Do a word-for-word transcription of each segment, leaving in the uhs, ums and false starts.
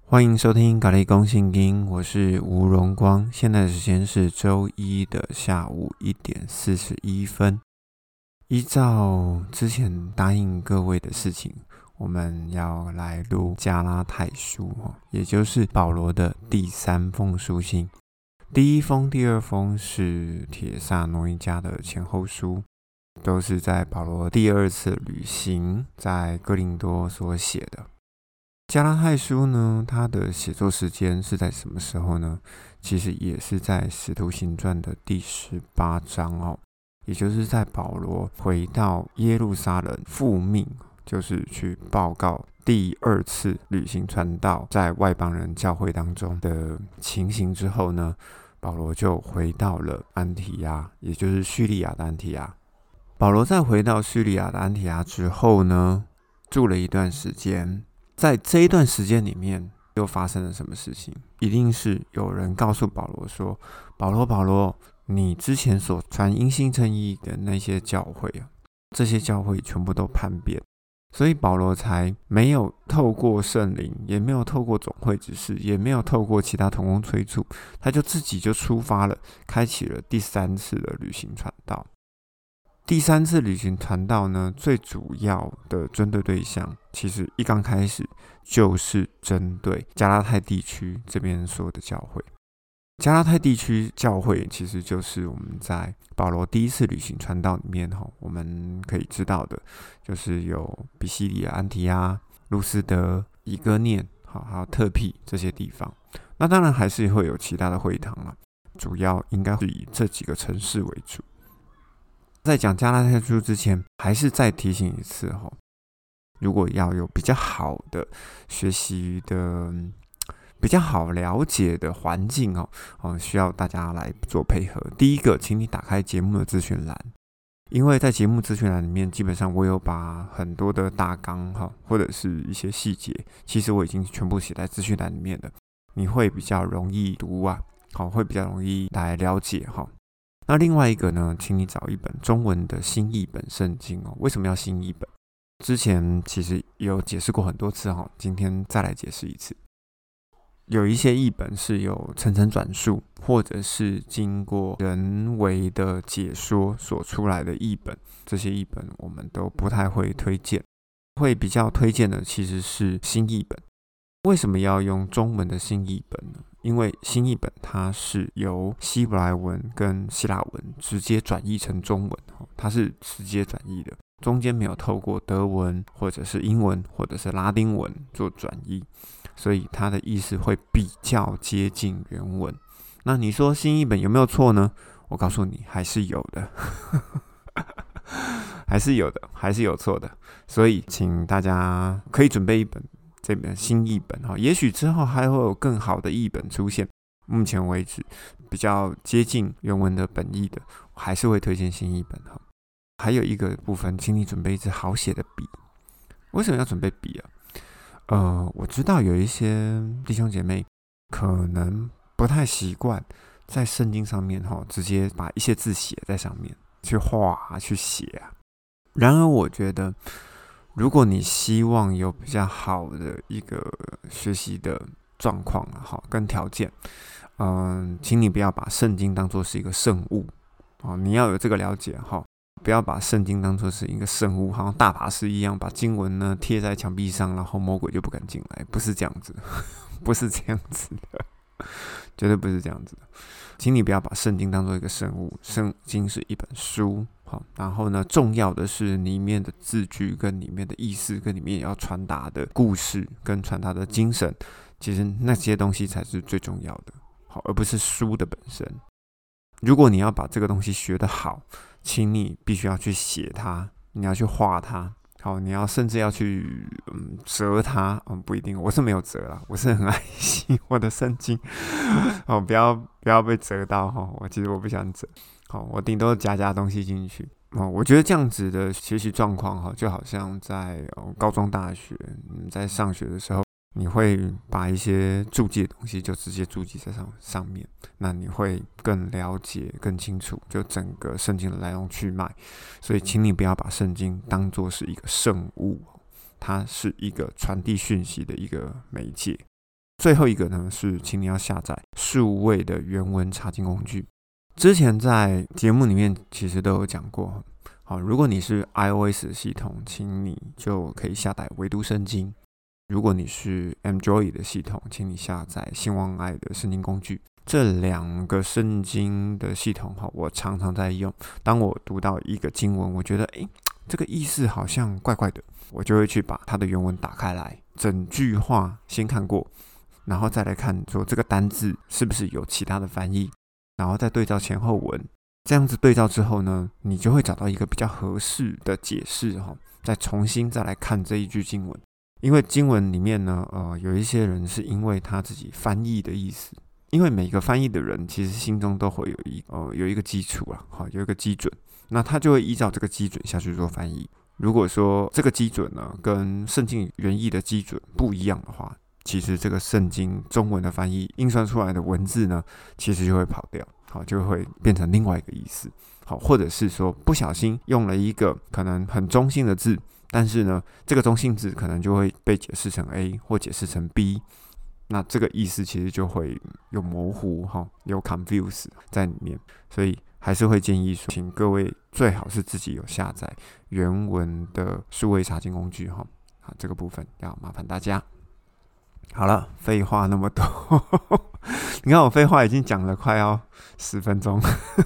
欢迎收听咖喱公信经，我是吴荣光。现在的时间是周一的下午一点四十一分。依照之前答应各位的事情，我们要来录加拉太书，也就是保罗的第三封书信。第一封、第二封是帖撒罗尼迦的前后书，都是在保罗第二次旅行在哥林多所写的。加拉太书呢，它的写作时间是在什么时候呢？其实也是在使徒行传的第十八章哦，也就是在保罗回到耶路撒冷复命，就是去报告第二次旅行传道在外邦人教会当中的情形之后呢，保罗就回到了安提亚，也就是叙利亚的安提亚。保罗在回到叙利亚的安提亚之后呢，住了一段时间。在这一段时间里面又发生了什么事情？一定是有人告诉保罗说，保罗保罗你之前所传因信称义的那些教会啊，这些教会全部都叛变，所以保罗才没有透过圣灵，也没有透过总会指示，也没有透过其他同工催促，他就自己就出发了，开启了第三次的旅行传道。第三次旅行传道呢，最主要的针对对象，其实一刚开始就是针对加拉太地区这边所有的教会。加拉太地区教会其实就是我们在保罗第一次旅行传道里面，我们可以知道的，就是有比西里亚、安提阿、路斯德、以哥念，还有特庇这些地方。那当然还是会有其他的会堂啦，主要应该是以这几个城市为主。在讲加拉太书之前，还是再提醒一次齁，如果要有比较好的学习的、比较好了解的环境哦，需要大家来做配合。第一个，请你打开节目的资讯栏，因为在节目资讯栏里面，基本上我有把很多的大纲哈，或者是一些细节，其实我已经全部写在资讯栏里面了，你会比较容易读啊，好，会比较容易来了解哈。那另外一个呢，请你找一本中文的新译本圣经哦。为什么要新译本？之前其实有解释过很多次哈，今天再来解释一次。有一些译本是有层层转述，或者是经过人为的解说所出来的译本，这些译本我们都不太会推荐。会比较推荐的其实是新译本。为什么要用中文的新译本呢？因为新译本它是由希伯来文跟希腊文直接转译成中文，它是直接转译的，中间没有透过德文或者是英文或者是拉丁文做转译，所以它的意思会比较接近原文。那你说新译本有没有错呢？我告诉你，还是有的还是有的，还是有错的。所以请大家可以准备一本这本新译本，也许之后还会有更好的译本出现。目前为止比较接近原文的本意的，我还是会推荐新译本。还有一个部分，请你准备一支好写的笔。为什么要准备笔啊？呃，我知道有一些弟兄姐妹可能不太习惯在圣经上面直接把一些字写在上面，去画去写啊。然而我觉得，如果你希望有比较好的一个学习的状况跟条件，嗯，请你不要把圣经当作是一个圣物，你要有这个了解，不要把圣经当作是一个圣物，好像大法师一样把经文呢贴在墙壁上，然后魔鬼就不敢进来，不是这样子，不是这样子的，绝对不是这样子的。请你不要把圣经当作一个圣物，圣经是一本书，然后呢，重要的是里面的字句跟里面的意思，跟里面也要传达的故事跟传达的精神，其实那些东西才是最重要的，而不是书的本身。如果你要把这个东西学得好，请你必须要去写它，你要去画它，好，你要甚至要去嗯折它，嗯不一定，我是没有折啦，我是很爱惜我的圣经，哦不要不要被折到哈，我其实我不想折，好，我顶多加加东西进去。哦，我觉得这样子的学习状况哈，就好像在、哦、高中、大学，嗯，在上学的时候，你会把一些注记的东西就直接注记在上上面，那你会更了解、更清楚就整个圣经的来龙去脉。所以，请你不要把圣经当作是一个圣物，它是一个传递讯息的一个媒介。 最后一个呢是，请你要下载数位的原文查经工具。之前在节目里面其实都有讲过，好，如果你是 iOS 的系统，请你就可以下载唯读圣经；如果你是 Android 的系统，请你下载信望爱的圣经工具。这两个圣经的系统，我常常在用。当我读到一个经文，我觉得诶这个意思好像怪怪的，我就会去把它的原文打开来，整句话先看过，然后再来看说这个单字是不是有其他的翻译，然后再对照前后文。这样子对照之后呢，你就会找到一个比较合适的解释，再重新再来看这一句经文。因为经文里面呢，呃，有一些人是因为他自己翻译的意思，因为每个翻译的人其实心中都会有一呃有一个基础啦，好，有一个基准，那他就会依照这个基准下去做翻译。如果说这个基准呢跟圣经原意的基准不一样的话，其实这个圣经中文的翻译印算出来的文字呢，其实就会跑掉，好，就会变成另外一个意思，好，或者是说不小心用了一个可能很中性的字，但是呢，这个中性字可能就会被解释成 A 或解释成 B， 那这个意思其实就会有模糊，有 confuse 在里面，所以还是会建议说，请各位最好是自己有下载原文的数位查经工具，好，这个部分要麻烦大家。好了，废话那么多，你看我废话已经讲了快要十分钟。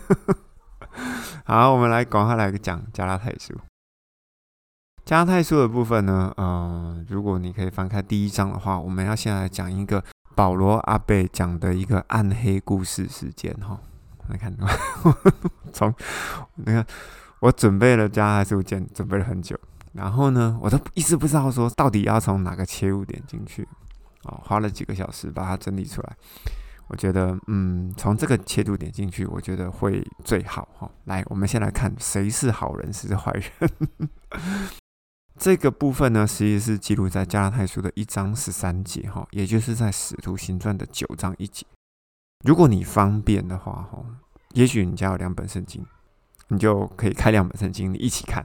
好，我们来赶快来讲加拉太书。加拉太书的部分呢，呃，如果你可以翻开第一章的话，我们要先来讲一个保罗阿伯讲的一个暗黑故事事件哈。来看，从你看我准备了加拉太书简，准备了很久，然后呢，我都一直不知道说到底要从哪个切入点进去。哦，花了几个小时把它整理出来，我觉得，嗯，从这个切入点进去，我觉得会最好哈。来，我们先来看谁是好人，谁是坏人。这个部分呢，实际是记录在加拉太书的一章十三节哈，也就是在使徒行传的九章一节。如果你方便的话哈，也许你家有两本圣经，你就可以开两本圣经，你一起看。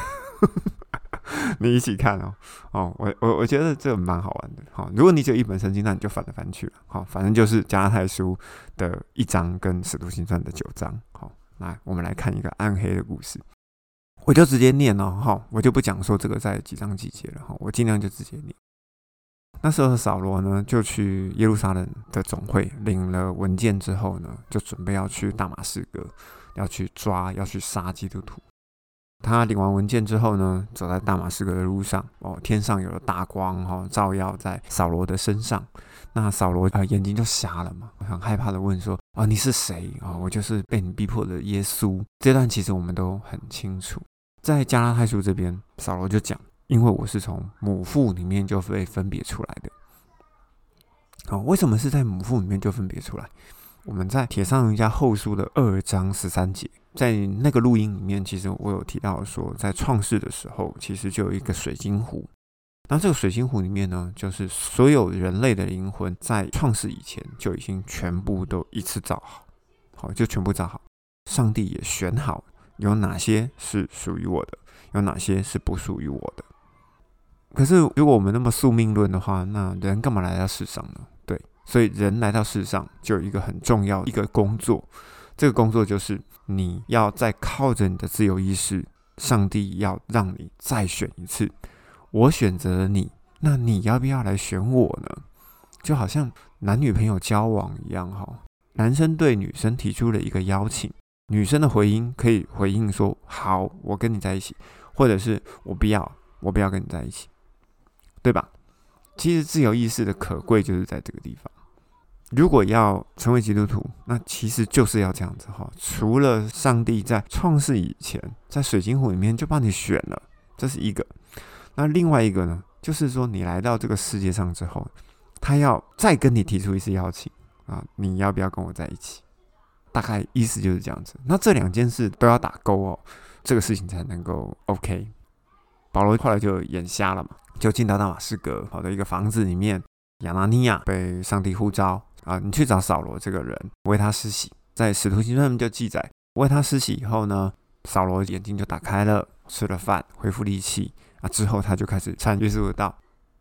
你一起看哦，哦，我我我觉得这蛮好玩的。好，如果你只有一本圣经，那你就翻来翻去了。好，反正就是加拉太书的一章跟使徒行传的九章。好，来我们来看一个暗黑的故事，我就直接念哦，哈，我就不讲说这个在几章几节了，哈，我尽量就直接念。那时候扫罗呢，就去耶路撒冷的总会领了文件之后呢，就准备要去大马士革，要去抓，要去杀基督徒。他领完文件之后呢，走在大马士革的路上，哦，天上有了大光，哦，照耀在扫罗的身上。那扫罗、呃、眼睛就瞎了嘛，很害怕的问说：“啊，你是谁？啊、哦，我就是被你逼迫的耶稣。”这段其实我们都很清楚。在加拉太书这边，扫罗就讲：“因为我是从母腹里面就被分别出来的。”哦，为什么是在母腹里面就分别出来？我们在帖撒罗尼迦后书的二章十三节。在那个录音里面，其实我有提到说，在创世的时候，其实就有一个水晶湖。那这个水晶湖里面呢，就是所有人类的灵魂在创世以前就已经全部都一次造好，好，就全部造好。上帝也选好有哪些是属于我的，有哪些是不属于我的。可是如果我们那么宿命论的话，那人干嘛来到世上呢？对，所以人来到世上就有一个很重要的一个工作。这个工作就是你要再靠着你的自由意识，上帝要让你再选一次。我选择了你，那你要不要来选我呢？就好像男女朋友交往一样，男生对女生提出了一个邀请，女生的回应可以回应说好，我跟你在一起，或者是我不要，我不要跟你在一起，对吧？其实自由意识的可贵就是在这个地方。如果要成为基督徒，那其实就是要这样子哈。除了上帝在创世以前，在水晶湖里面就帮你选了，这是一个。那另外一个呢，就是说你来到这个世界上之后，他要再跟你提出一次邀请啊，你要不要跟我在一起？大概意思就是这样子。那这两件事都要打勾哦，这个事情才能够 OK。保罗后来就眼瞎了嘛，就进到大马士革好的一个房子里面，亚拿尼亚被上帝呼召。啊，你去找扫罗这个人，为他施洗。在使徒行传就记载，为他施洗以后呢，扫罗眼睛就打开了，吃了饭，恢复力气啊。之后他就开始传耶稣的道。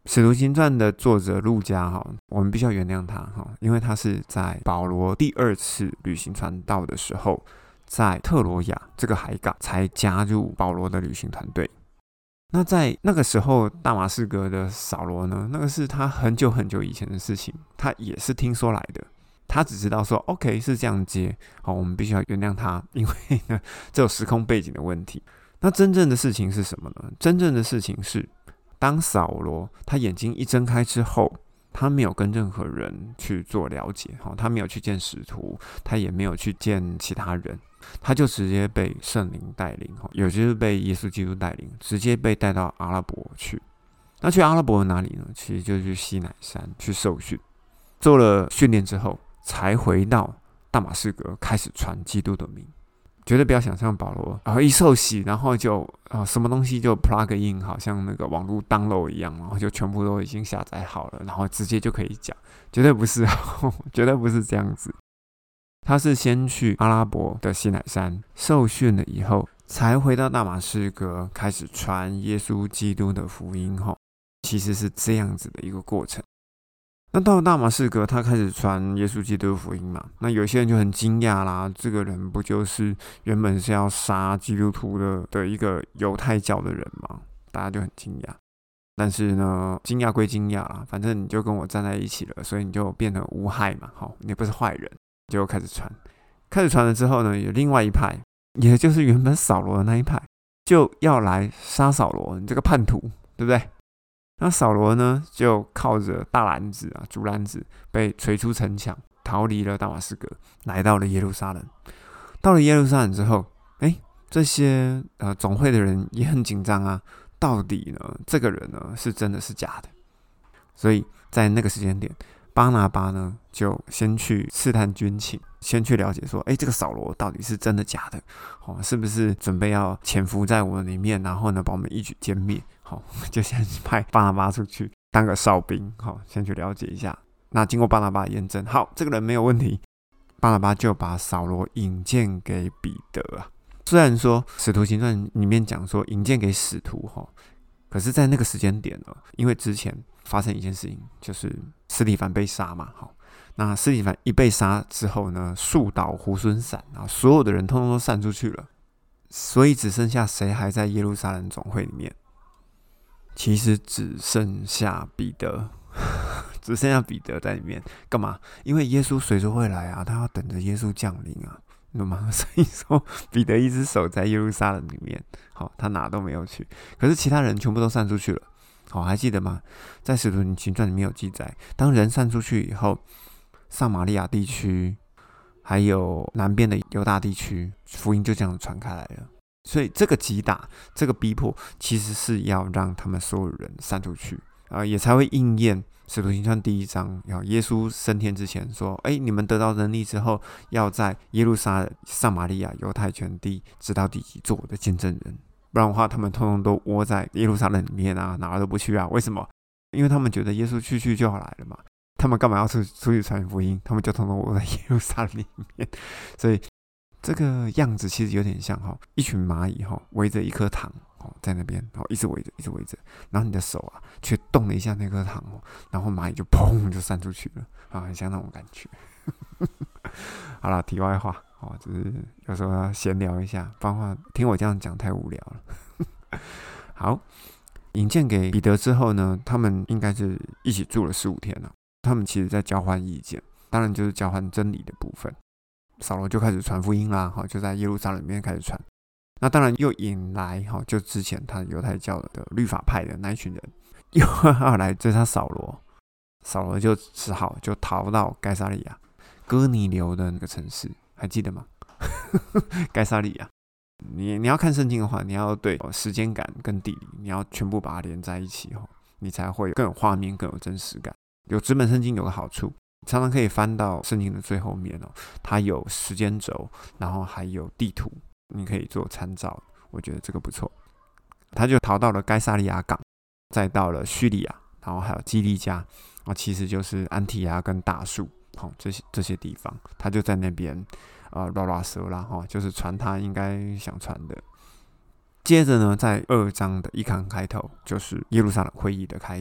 使徒行传的作者路加哈，我们必须要原谅他哈，因为他是在保罗第二次旅行传道的时候，在特罗亚这个海港才加入保罗的旅行团队。那在那个时候，大马士革的扫罗呢，那个是他很久很久以前的事情，他也是听说来的，他只知道说 OK 是这样接，好，我们必须要原谅他，因为呢这有时空背景的问题。那真正的事情是什么呢？真正的事情是，当扫罗他眼睛一睁开之后，他没有跟任何人去做了解，他没有去见使徒，他也没有去见其他人，他就直接被圣灵带领，也就是被耶稣基督带领，直接被带到阿拉伯去。那去阿拉伯哪里呢？其实就是去西乃山去受训，做了训练之后，才回到大马士革开始传基督的名。绝对不要想象保罗，然后一受洗，然后就啊什么东西就 plug in， 好像那个网络 download 一样，然后就全部都已经下载好了，然后直接就可以讲，绝对不是，绝对不是这样子。他是先去阿拉伯的西乃山受训了以后，才回到大马士革开始传耶稣基督的福音，其实是这样子的一个过程。那到了大马士革，他开始传耶稣基督的福音嘛，那有些人就很惊讶啦，这个人不就是原本是要杀基督徒的的一个犹太教的人吗？大家就很惊讶。但是呢，惊讶归惊讶啦，反正你就跟我站在一起了，所以你就变成无害嘛，好，你不是坏人，就开始传。开始传了之后呢，有另外一派，也就是原本扫罗的那一派，就要来杀扫罗，你这个叛徒，对不对？那扫罗呢，就靠着大篮子啊、竹篮子，被锤出城墙，逃离了大马士革，来到了耶路撒冷。到了耶路撒冷之后，哎，这些呃总会的人也很紧张啊，到底呢，这个人呢是真的是假的？所以在那个时间点，巴拿巴呢就先去试探军情，先去了解说，哎，这个扫罗到底是真的假的？哦，是不是准备要潜伏在我们里面，然后呢把我们一举歼灭？好，就先派巴拿巴出去当个哨兵，好，先去了解一下。那经过巴拿巴的验证，好，这个人没有问题，巴拿巴就把扫罗引荐给彼得啊。虽然说使徒行传里面讲说引荐给使徒，可是在那个时间点呢，因为之前发生一件事情，就是司提反被杀嘛，好，那司提反一被杀之后呢，树倒猢狲散啊，所有的人通通都散出去了，所以只剩下谁还在耶路撒冷总会里面？其实只剩下彼得，只剩下彼得在里面干嘛？因为耶稣随时会来啊，他要等着耶稣降临啊，懂吗？所以说彼得一直守在耶路撒冷里面，好，他哪都没有去。可是其他人全部都散出去了，好，还记得吗？在使徒行传里面有记载，当人散出去以后，撒玛利亚地区还有南边的犹大地区，福音就这样传开来了。所以这个击打，这个逼迫，其实是要让他们所有人散出去，啊，也才会应验使徒行传第一章，耶稣升天之前说：“哎，你们得到能力之后，要在耶路撒冷、撒玛利亚、犹太全地，直到地极，做我的见证人。不然的话，他们通通都窝在耶路撒冷里面啊，哪儿都不去啊。为什么？因为他们觉得耶稣去去就好来了嘛。他们干嘛要出出去传福音？他们就通通窝在耶路撒冷里面。所以。”这个样子其实有点像一群蚂蚁围着一颗糖在那边一直围着一直围着，然后你的手啊却动了一下那颗糖，然后蚂蚁就砰就散出去了啊，很像那种感觉。好啦，题外话哦，只是有时候要闲聊一下，不然的话听我这样讲太无聊了。好，引荐给彼得之后呢，他们应该是一起住了十五天了。他们其实在交换意见，当然就是交换真理的部分。扫罗就开始传福音啦，就在耶路撒冷里面开始传。那当然又引来就之前他犹太教的律法派的那一群人，又要来追他扫罗。扫罗就只好就逃到该撒利亚，哥尼流的那个城市，还记得吗？该撒利亚，你你要看圣经的话，你要对时间感跟地理，你要全部把它连在一起，你才会更有画面，更有真实感。有纸本圣经有个好处。常常可以翻到圣经的最后面哦，它有时间轴，然后还有地图，你可以做参照。我觉得这个不错。他就逃到了该撒利亚港，再到了叙利亚，然后还有基利家，其实就是安提亚跟大树，这些这些地方，他就在那边呃拉拉蛇啦，就是传他应该想传的。接着呢，在二章的一章开头，就是耶路撒冷会议的开始。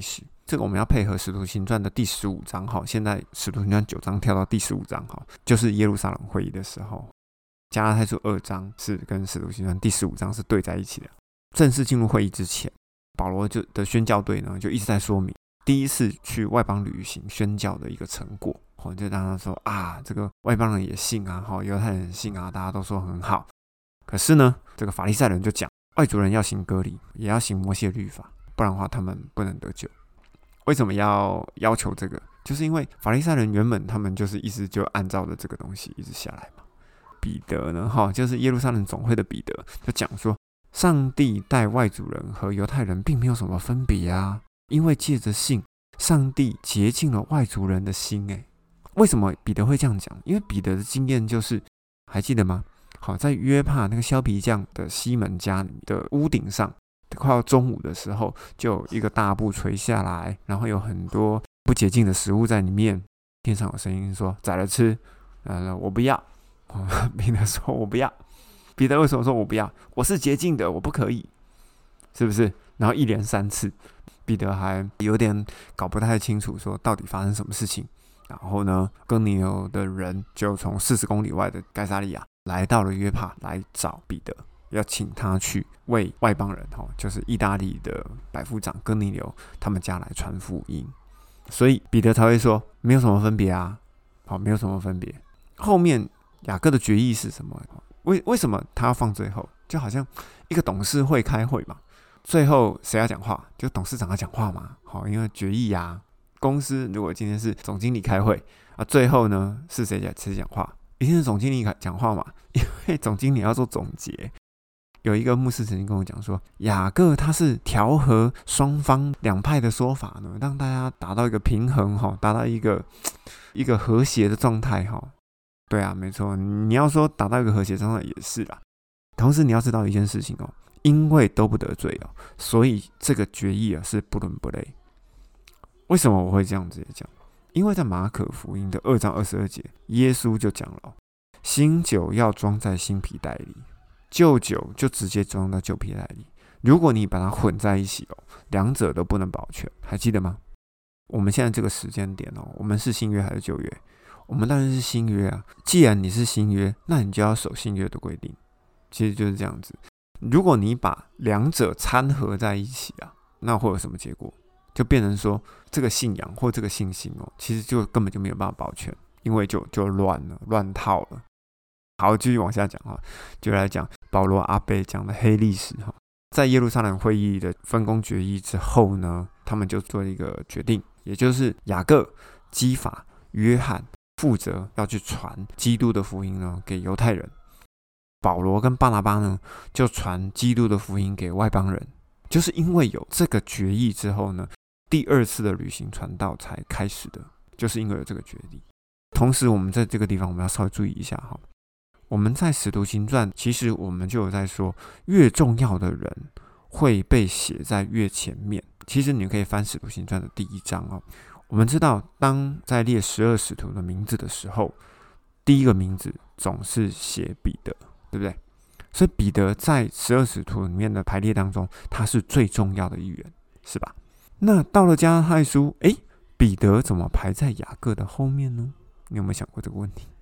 这个我们要配合使徒行传的第十五章，现在使徒行传九章跳到第十五章，就是耶路撒冷会议的时候，加拉太书二章是跟使徒行传第十五章是对在一起的。正式进入会议之前，保罗就的宣教队呢就一直在说明第一次去外邦旅行宣教的一个成果，就让他说啊，这个外邦人也信啊，犹太人也信啊，大家都说很好。可是呢，这个法利赛人就讲，外族人要行割礼，也要行摩西的律法，不然的话他们不能得救。为什么要要求这个？就是因为法利赛人原本他们就是一直就按照着这个东西一直下来嘛。彼得呢，就是耶路撒冷总会的彼得就讲说，上帝待外族人和犹太人并没有什么分别啊，因为借着信，上帝洁净了外族人的心。诶，为什么彼得会这样讲？因为彼得的经验就是，还记得吗？好，在约帕那个削皮匠的西门家的屋顶上，快要中午的时候，就有一个大布垂下来，然后有很多不洁净的食物在里面。天上有声音说：“宰了吃。”呃，我不要。彼得说：“我不要。”彼得为什么说我不要？我是洁净的，我不可以，是不是？然后一连三次，彼得还有点搞不太清楚，说到底发生什么事情。然后呢，哥尼流的人就从四十公里外的该撒利亚来到了约帕，来找彼得，要请他去为外邦人，就是意大利的百夫长哥尼流他们家来传福音。所以彼得才会说没有什么分别啊，好，没有什么分别。后面雅各的决议是什么？为为什么他要放最后？就好像一个董事会开会嘛，最后谁要讲话？就董事长要讲话嘛。好，因为决议啊，公司如果今天是总经理开会啊，最后呢是谁讲谁讲话？一定是总经理讲话嘛，因为总经理要做总结。有一个牧师曾经跟我讲说，雅各他是调和双方两派的说法呢，让大家达到一个平衡，达到一个一个和谐的状态。对啊，没错，你要说达到一个和谐状态也是啦。同时你要知道一件事情哦，因为都不得罪哦，所以这个决议啊是不伦不类。为什么我会这样子讲？因为在马可福音的二章二十二节，耶稣就讲了，新酒要装在新皮袋里，旧酒就直接装到旧皮袋里。如果你把它混在一起哦，两者都不能保全。还记得吗？我们现在这个时间点哦，我们是新约还是旧约？我们当然是新约啊。既然你是新约，那你就要守新约的规定。其实就是这样子。如果你把两者掺合在一起啊，那会有什么结果？就变成说这个信仰或这个信心哦，其实就根本就没有办法保全，因为就就乱了，乱套了。好，继续往下讲哈，就来讲保罗阿伯讲的黑历史哈。在耶路撒冷会议的分工决议之后呢，他们就做了一个决定，也就是雅各、基法、约翰负责要去传基督的福音呢给犹太人，保罗跟巴拿巴呢就传基督的福音给外邦人。就是因为有这个决议之后呢，第二次的旅行传道才开始的，就是因为有这个决议。同时我们在这个地方我们要稍微注意一下哈，我们在使徒行传其实我们就有在说，越重要的人会被写在越前面。其实你可以翻使徒行传的第一章哦，我们知道当在列十二使徒的名字的时候，第一个名字总是写彼得，对不对？所以彼得在十二使徒里面的排列当中，他是最重要的一员，是吧？那到了加拉太书，诶，彼得怎么排在雅各的后面呢？你有没有想过这个问题？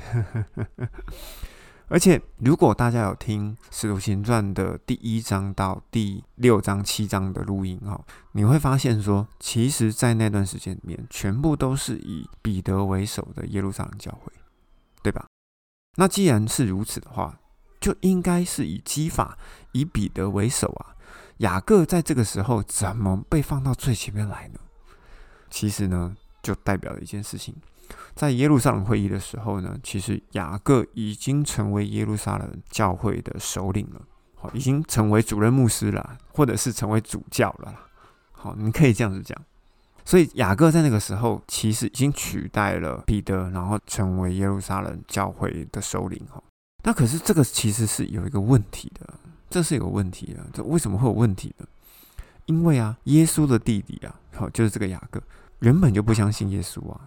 而且如果大家有听使徒行传的第一章到第六章七章的录音，你会发现说，其实在那段时间里面，全部都是以彼得为首的耶路撒冷教会，对吧？那既然是如此的话，就应该是以基法、以彼得为首啊。雅各在这个时候怎么被放到最前面来呢？其实呢，就代表了一件事情，在耶路撒冷会议的时候呢，其实雅各已经成为耶路撒冷教会的首领了，已经成为主任牧师了，或者是成为主教了啦。好，你可以这样子讲。所以雅各在那个时候其实已经取代了彼得，然后成为耶路撒冷教会的首领。那可是这个其实是有一个问题的，这是有个问题的。这为什么会有问题呢？因为啊，耶稣的弟弟啊，好，就是这个雅各，原本就不相信耶稣啊。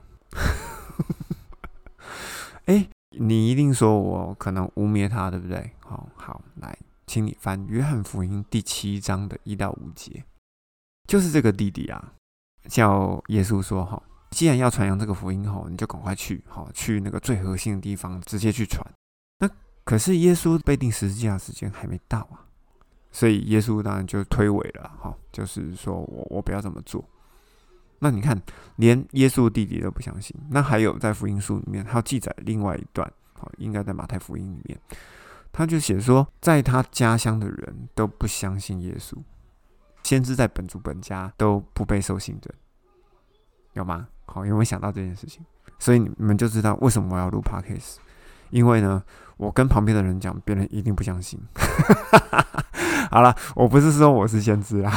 哎，你一定说我可能污蔑他，对不对？好，好，来，请你翻约翰福音第七章的一到五节，就是这个弟弟啊， 叫耶稣说哈，既然要传扬这个福音哈，你就赶快去哈，去那个最核心的地方直接去传。那可是耶稣被钉十字架的时间还没到啊，所以耶稣当然就推诿了哈，就是说我我不要这么做。那你看，连耶稣弟弟都不相信。那还有在福音书里面，他记载另外一段，应该在马太福音里面，他就写说，在他家乡的人都不相信耶稣，先知在本族本家都不被受信任，有吗？好，有没有想到这件事情？所以你们就知道为什么我要录 podcast， 因为呢，我跟旁边的人讲，别人一定不相信。好啦，我不是说我是先知啦。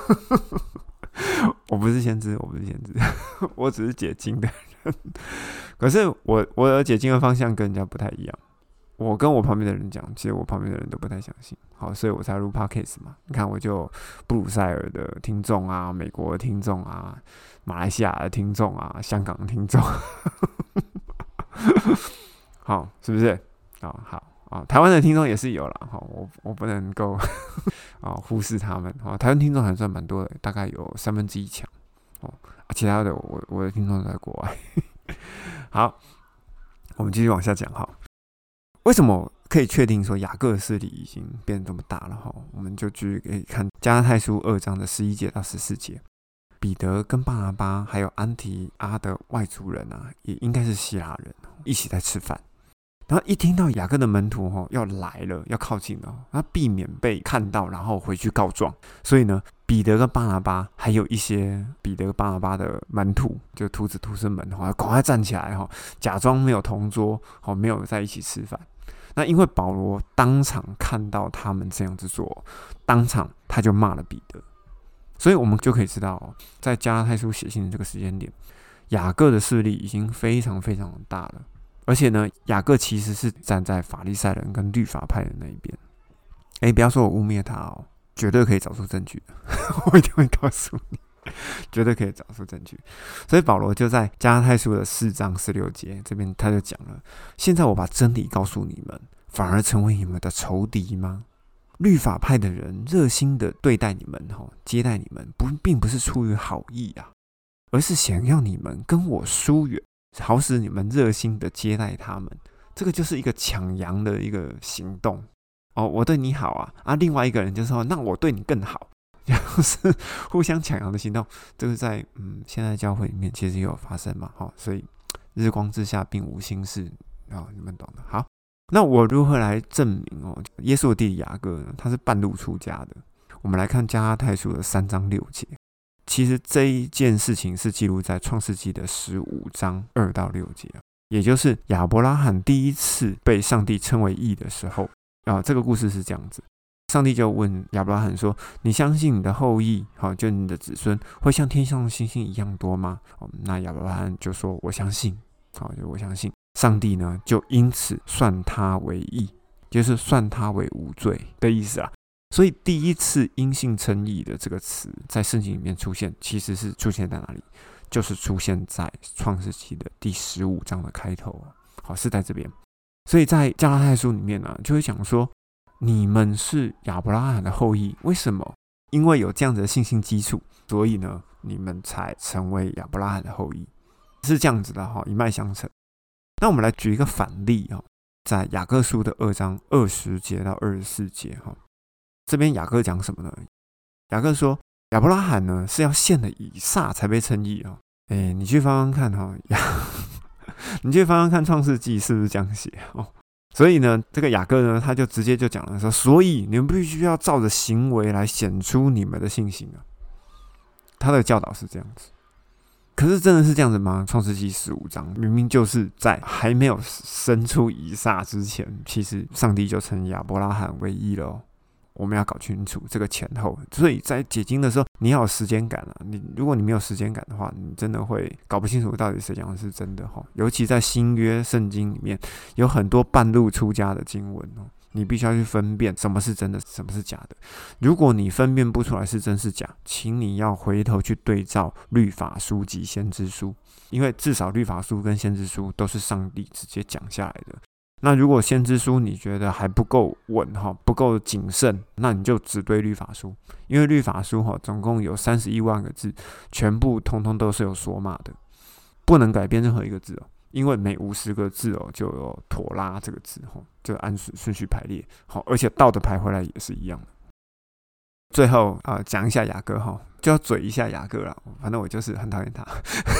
我不是先知，我不是先知，我只是解经的人。可是我我的解经的方向跟人家不太一样。我跟我旁边的人讲，其实我旁边的人都不太相信。好，所以我才录 podcast 嘛。你看，我就布鲁塞尔的听众啊，美国的听众啊，马来西亚的听众啊，香港的听众，好，是不是？哦，好。哦、台湾的听众也是有啦，哦、我我不能够、哦、忽视他们、哦、台湾听众还算蛮多的，大概有三分之一强、哦啊、其他的我我的听众都在国外。好，我们继续往下讲哈。为什么可以确定说雅各的势力已经变得这么大了哈？我们就继续可以看加拉太书二章的十一节到十四节。彼得跟巴拿巴还有安提阿的外族人啊，也应该是希腊人，一起在吃饭。然后一听到雅各的门徒、哦、要来了，要靠近了，他避免被看到，然后回去告状。所以呢，彼得跟巴拿巴还有一些彼得巴拿巴的门徒，就徒子徒孙们，赶快站起来，假装没有同桌，没有在一起吃饭。那因为保罗当场看到他们这样子做，当场他就骂了彼得。所以我们就可以知道，在加拉太书写信的这个时间点，雅各的势力已经非常非常的大了。而且呢，雅各其实是站在法利赛人跟律法派的那一边。哎，不要说我污蔑他哦，绝对可以找出证据的。我一定会告诉你，绝对可以找出证据。所以保罗就在加拉太书的四章十六节这边，他就讲了：现在我把真理告诉你们，反而成为你们的仇敌吗？律法派的人热心的对待你们，接待你们，不并不是出于好意啊，而是想要你们跟我疏远。好使你们热心的接待他们，这个就是一个抢羊的一个行动哦。我对你好啊，啊，另外一个人就说，那我对你更好，就是互相抢羊的行动。这个在嗯现在教会里面其实也有发生嘛，哦，所以日光之下并无新事啊，哦，你们懂的。好，那我如何来证明哦？耶稣的弟弟雅各呢，他是半路出家的。我们来看加拉太书的三章六节。其实这一件事情是记录在创世纪的十五章二到六节，也就是亚伯拉罕第一次被上帝称为义的时候啊。这个故事是这样子，上帝就问亚伯拉罕说：“你相信你的后裔，好，就你的子孙会像天上的星星一样多吗？”那亚伯拉罕就说：“我相信。”好，就我相信。上帝呢，就因此算他为义，就是算他为无罪的意思啊。所以第一次因信称义的这个词在圣经里面出现，其实是出现在哪里？就是出现在创世纪的第十五章的开头，好，是在这边。所以在加拉太书里面呢，啊，就会讲说，你们是亚伯拉罕的后裔，为什么？因为有这样子的信心基础，所以呢，你们才成为亚伯拉罕的后裔，是这样子的哈，一脉相承。那我们来举一个反例哈，在雅各书的二章二十节到二十四节哈。这边雅各讲什么呢？雅各说，亚伯拉罕呢是要献了以撒才被称义啊。哎，你去翻翻看哈，你去翻翻看创世纪是不是这样写哦？所以呢，这个雅各呢，他就直接就讲了说，所以你们必须要照着行为来显出你们的信心啊。他的教导是这样子，可是真的是这样子吗？创世纪十五章明明就是在还没有生出以撒之前，其实上帝就称亚伯拉罕为义了哦。我们要搞清楚这个前后，所以在解经的时候，你要有时间感啊。你如果你没有时间感的话，你真的会搞不清楚到底谁讲的是真的哈。尤其在新约圣经里面，有很多半路出家的经文哦，你必须要去分辨什么是真的，什么是假的。如果你分辨不出来是真是假，请你要回头去对照律法书及先知书，因为至少律法书跟先知书都是上帝直接讲下来的。 那如果先知书你觉得还不够稳，不够谨慎，那你就只对律法书，因为律法书总共有三十一万个字，全部通通都是有索码的，不能改变任何一个字哦，因为每五十个字哦就有妥拉这个字，就按顺序排列，而且倒的排回来也是一样的。最后啊，讲、呃、一下雅各哈，就要嘴一下雅各啦。反正我就是很讨厌他。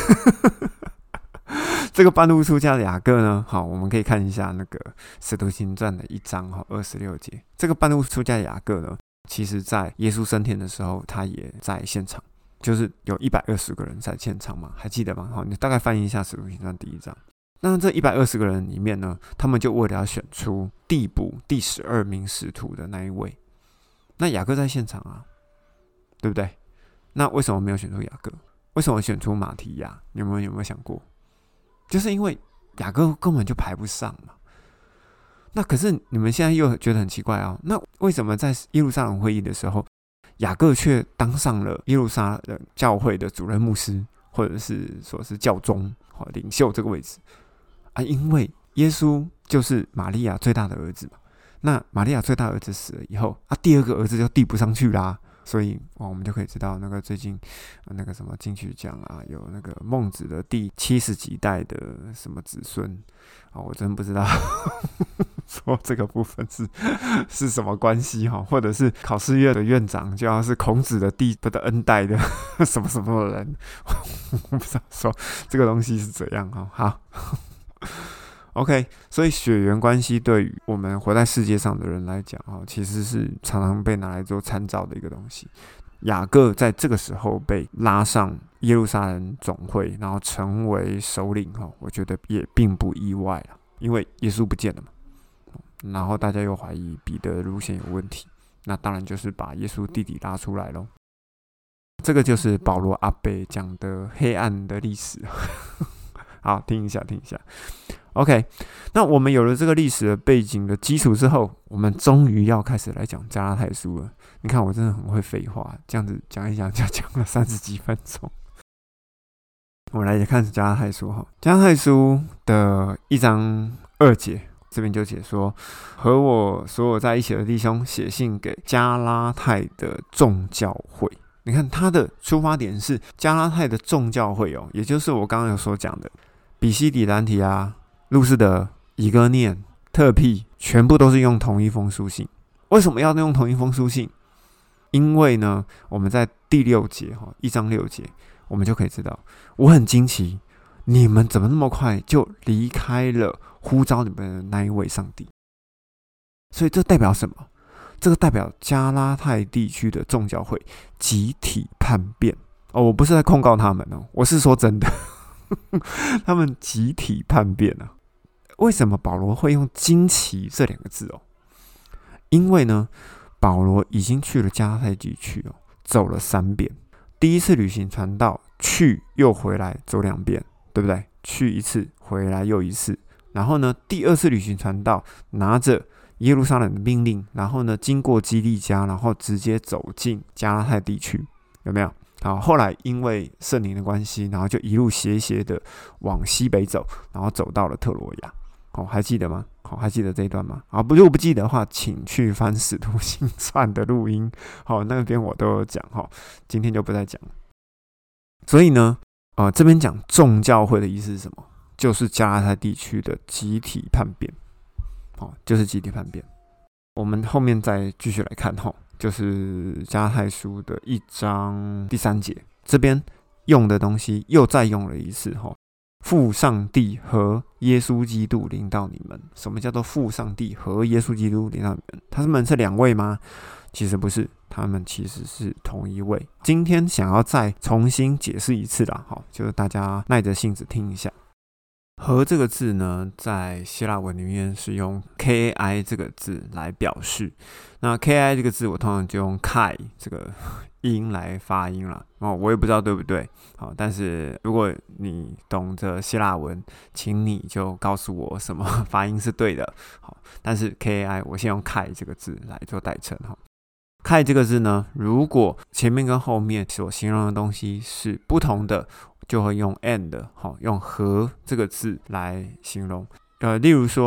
这个半路出家的雅各呢，好，我们可以看一下那个《使徒行传》的一章哈二十六节。这个半路出家的雅各呢，其实在耶稣升天的时候，他也在现场，就是有一百二十个人在现场嘛，还记得吗？好，你大概翻译一下《使徒行传》第一章。那这一百二十个人里面呢，他们就为了要选出递补第十二名使徒的那一位。那雅各在现场啊，对不对？那为什么没有选出雅各？为什么选出马提亚？你们有没有想过？就是因为雅各根本就排不上嘛。那可是你们现在又觉得很奇怪哦，那为什么在耶路撒冷会议的时候，雅各却当上了耶路撒冷教会的主任牧师，或者是说是教宗、领袖这个位置啊？因为耶稣就是玛利亚最大的儿子嘛。那玛利亚最大的儿子死了以后啊，第二个儿子就递不上去啦，所以、哦、我们就可以知道那个最近、呃、那个什么金曲奖啊，有那个孟子的第七十几代的什么子孙、哦、我真不知道说这个部分是是什么关系哈，或者是考试院的院长就要是孔子的第不的 N 代的什么什么的人，我不知道说这个东西是怎样哈。好。OK， 所以血缘关系对于我们活在世界上的人来讲，其实是常常被拿来做参照的一个东西。雅各在这个时候被拉上耶路撒冷总会，然后成为首领，我觉得也并不意外了，因为耶稣不见了嘛。然后大家又怀疑彼得的路线有问题，那当然就是把耶稣弟弟拉出来咯。这个就是保罗阿伯讲的黑暗的历史。好，听一下，听一下。OK， 那我们有了这个历史的背景的基础之后，我们终于要开始来讲加拉太书了。你看我真的很会废话，这样子讲一讲就讲了三十几分钟。我们来看加拉太书哈，加拉太书的一章二节，这边就解说：和我所有在一起的弟兄写信给加拉太的众教会。你看他的出发点是加拉太的众教会哦，也就是我刚刚有所讲的比西底、兰提啊、路斯德、以哥念、特庇，全部都是用同一封书信。为什么要用同一封书信？因为呢，我们在第六节一章六节，我们就可以知道，我很惊奇，你们怎么那么快就离开了呼召你们的那一位上帝？所以这代表什么？这个代表加拉太地区的众教会集体叛变哦，我不是在控告他们哦，我是说真的，他们集体叛变啊。为什么保罗会用惊奇这两个字哦？因为呢，保罗已经去了加拉太地区哦，走了三遍。第一次旅行传道，去又回来走两遍，对不对？去一次，回来又一次。然后呢，第二次旅行传道，拿着耶路撒冷的命令，然后呢，经过基利家，然后直接走进加拉太地区，有没有？好，后来因为圣灵的关系，然后就一路斜斜的往西北走，然后走到了特罗亚。好，还记得吗？好，还记得这一段吗？好，如果不记得的话，请去翻《使徒行传》的录音。好，那边我都有讲，好，今天就不再讲。所以呢，呃，这边讲众教会的意思是什么？就是加拉太地区的集体叛变。好，就是集体叛变。我们后面再继续来看，哈，就是加拉太书的一章第三节，这边用的东西又再用了一次，哈。父上帝和耶稣基督临到你们。什么叫做父上帝和耶稣基督临到你们？他们是两位吗？其实不是，他们其实是同一位。今天想要再重新解释一次啦，好，就是大家耐着性子听一下。和这个字呢，在希腊文里面是用 K A I 这个字来表示。那 K A I 这个字，我通常就用 Kai 这个音来发音了。哦，我也不知道对不对。好，但是如果你懂得希腊文，请你就告诉我什么发音是对的。好，但是 K A I 我先用 Kai 这个字来做代称。哈 ，Kai 这个字呢，如果前面跟后面所形容的东西是不同的，就会用 and， 用和这个字来形容。呃，例如说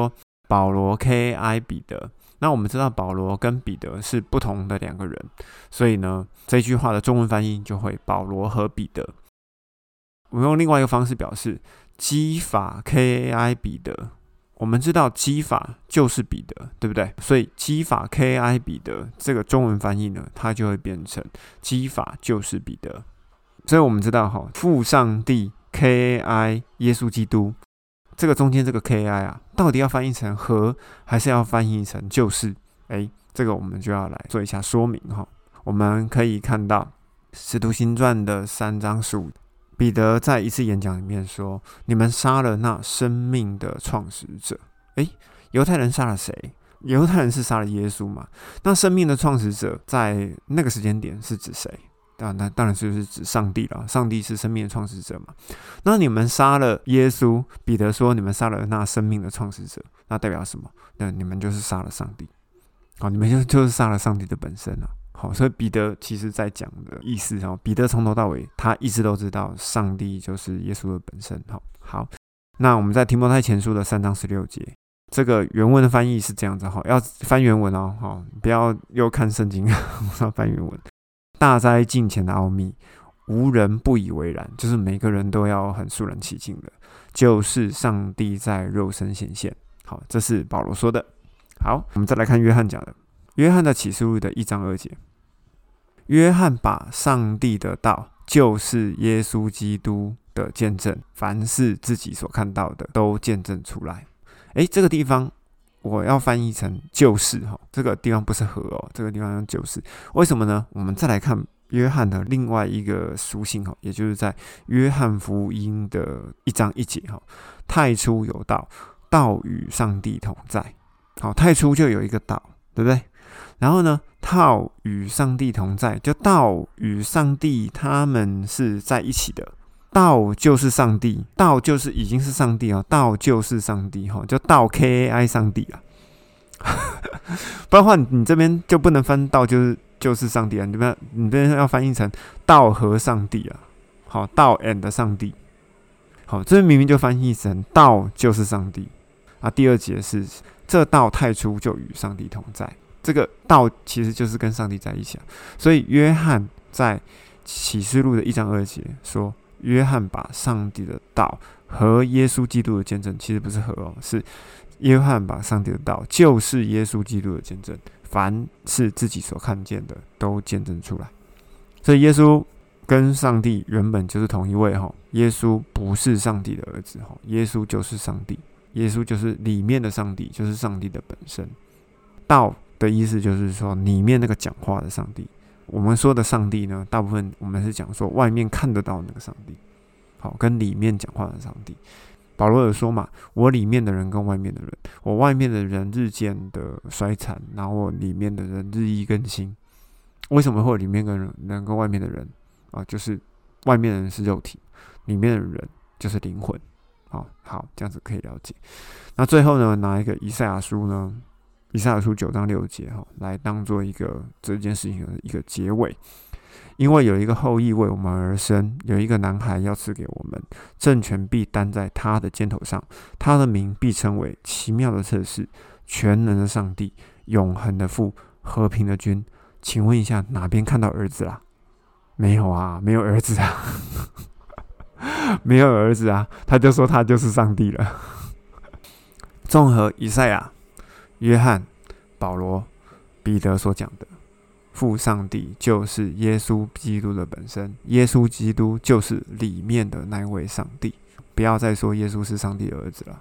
保罗 K A I 彼得。那我们知道保罗跟彼得是不同的两个人，所以呢，这句话的中文翻译就会保罗和彼得。我们用另外一个方式表示，基法 K A I 彼得。我们知道基法就是彼得，对不对？所以基法 K A I 彼得这个中文翻译呢，它就会变成基法就是彼得。所以我们知道哈，父上帝 K A I 耶稣基督，这个中间这个 K A I 啊，到底要翻译成和还是要翻译成就是？哎，这个我们就要来做一下说明哈。我们可以看到《使徒行传》的三章十五。彼得在一次演讲里面说：“你们杀了那生命的创始者。”诶，犹太人杀了谁？犹太人是杀了耶稣嘛？那生命的创始者在那个时间点是指谁？当然，当然就是指上帝了。上帝是生命的创始者嘛。那你们杀了耶稣，彼得说：“你们杀了那生命的创始者。”那代表什么？那你们就是杀了上帝。好，你们就就是杀了上帝的本身啊。好，所以彼得其实在讲的意思，彼得从头到尾他一直都知道上帝就是耶稣的本身。好，那我们在提摩太前书的三章十六节，这个原文的翻译是这样子，要翻原文哦，不要又看圣经，我要翻原文。大哉敬虔的奥秘，无人不以为然，就是每个人都要很肃然起敬的，就是上帝在肉身显现。好，这是保罗说的。好，我们再来看约翰讲的。约翰的启示录的一章二节，约翰把上帝的道，就是耶稣基督的见证，凡是自己所看到的，都见证出来。诶，这个地方我要翻译成就是这个地方不是和哦，这个地方用就是，为什么呢？我们再来看约翰的另外一个书信，也就是在约翰福音的一章一节，太初有道，道与上帝同在。好，太初就有一个道，对不对？然后呢，道与上帝同在，就道与上帝他们是在一起的。道就是上帝，道就是已经是上帝哦，道就是上帝哈，就道 K A I 上帝啊。不然的话，你这边就不能翻道就是就是上帝啊，你这边你这边要翻译成道和上帝啊。好，道 and 上帝。好，这边明明就翻译成道就是上帝啊。第二节是这道太初就与上帝同在。这个道其实就是跟上帝在一起啊，所以约翰在启示录的一章二节说，约翰把上帝的道和耶稣基督的见证，其实不是和哦，是约翰把上帝的道，就是耶稣基督的见证，凡是自己所看见的，都见证出来。所以耶稣跟上帝原本就是同一位哈，耶稣不是上帝的儿子哈，耶稣就是上帝，耶稣就是里面的上帝，就是上帝的本身。道的意思就是说，里面那个讲话的上帝。我们说的上帝呢，大部分我们是讲说外面看得到那个上帝，好，跟里面讲话的上帝。保罗有说嘛，我里面的人跟外面的人，我外面的人日渐的衰残，然后我里面的人日益更新。为什么会有里面的人跟外面的人啊？就是外面的人是肉体，里面的人就是灵魂。好，好，这样子可以了解。那最后呢，拿一个以赛亚书呢？以赛亚书九章六节来当做一个这件事情的一个结尾。因为有一个后裔为我们而生，有一个男孩要赐给我们，政权必担在他的肩头上，他的名必称为奇妙的策士，全能的上帝，永恒的父，和平的君。请问一下，哪边看到儿子啦？没有啊，没有儿子啊，没有儿子啊，他就说他就是上帝了。综合以赛亚、约翰、保罗、彼得所讲的，父上帝就是耶稣基督的本身，耶稣基督就是里面的那位上帝，不要再说耶稣是上帝的儿子了。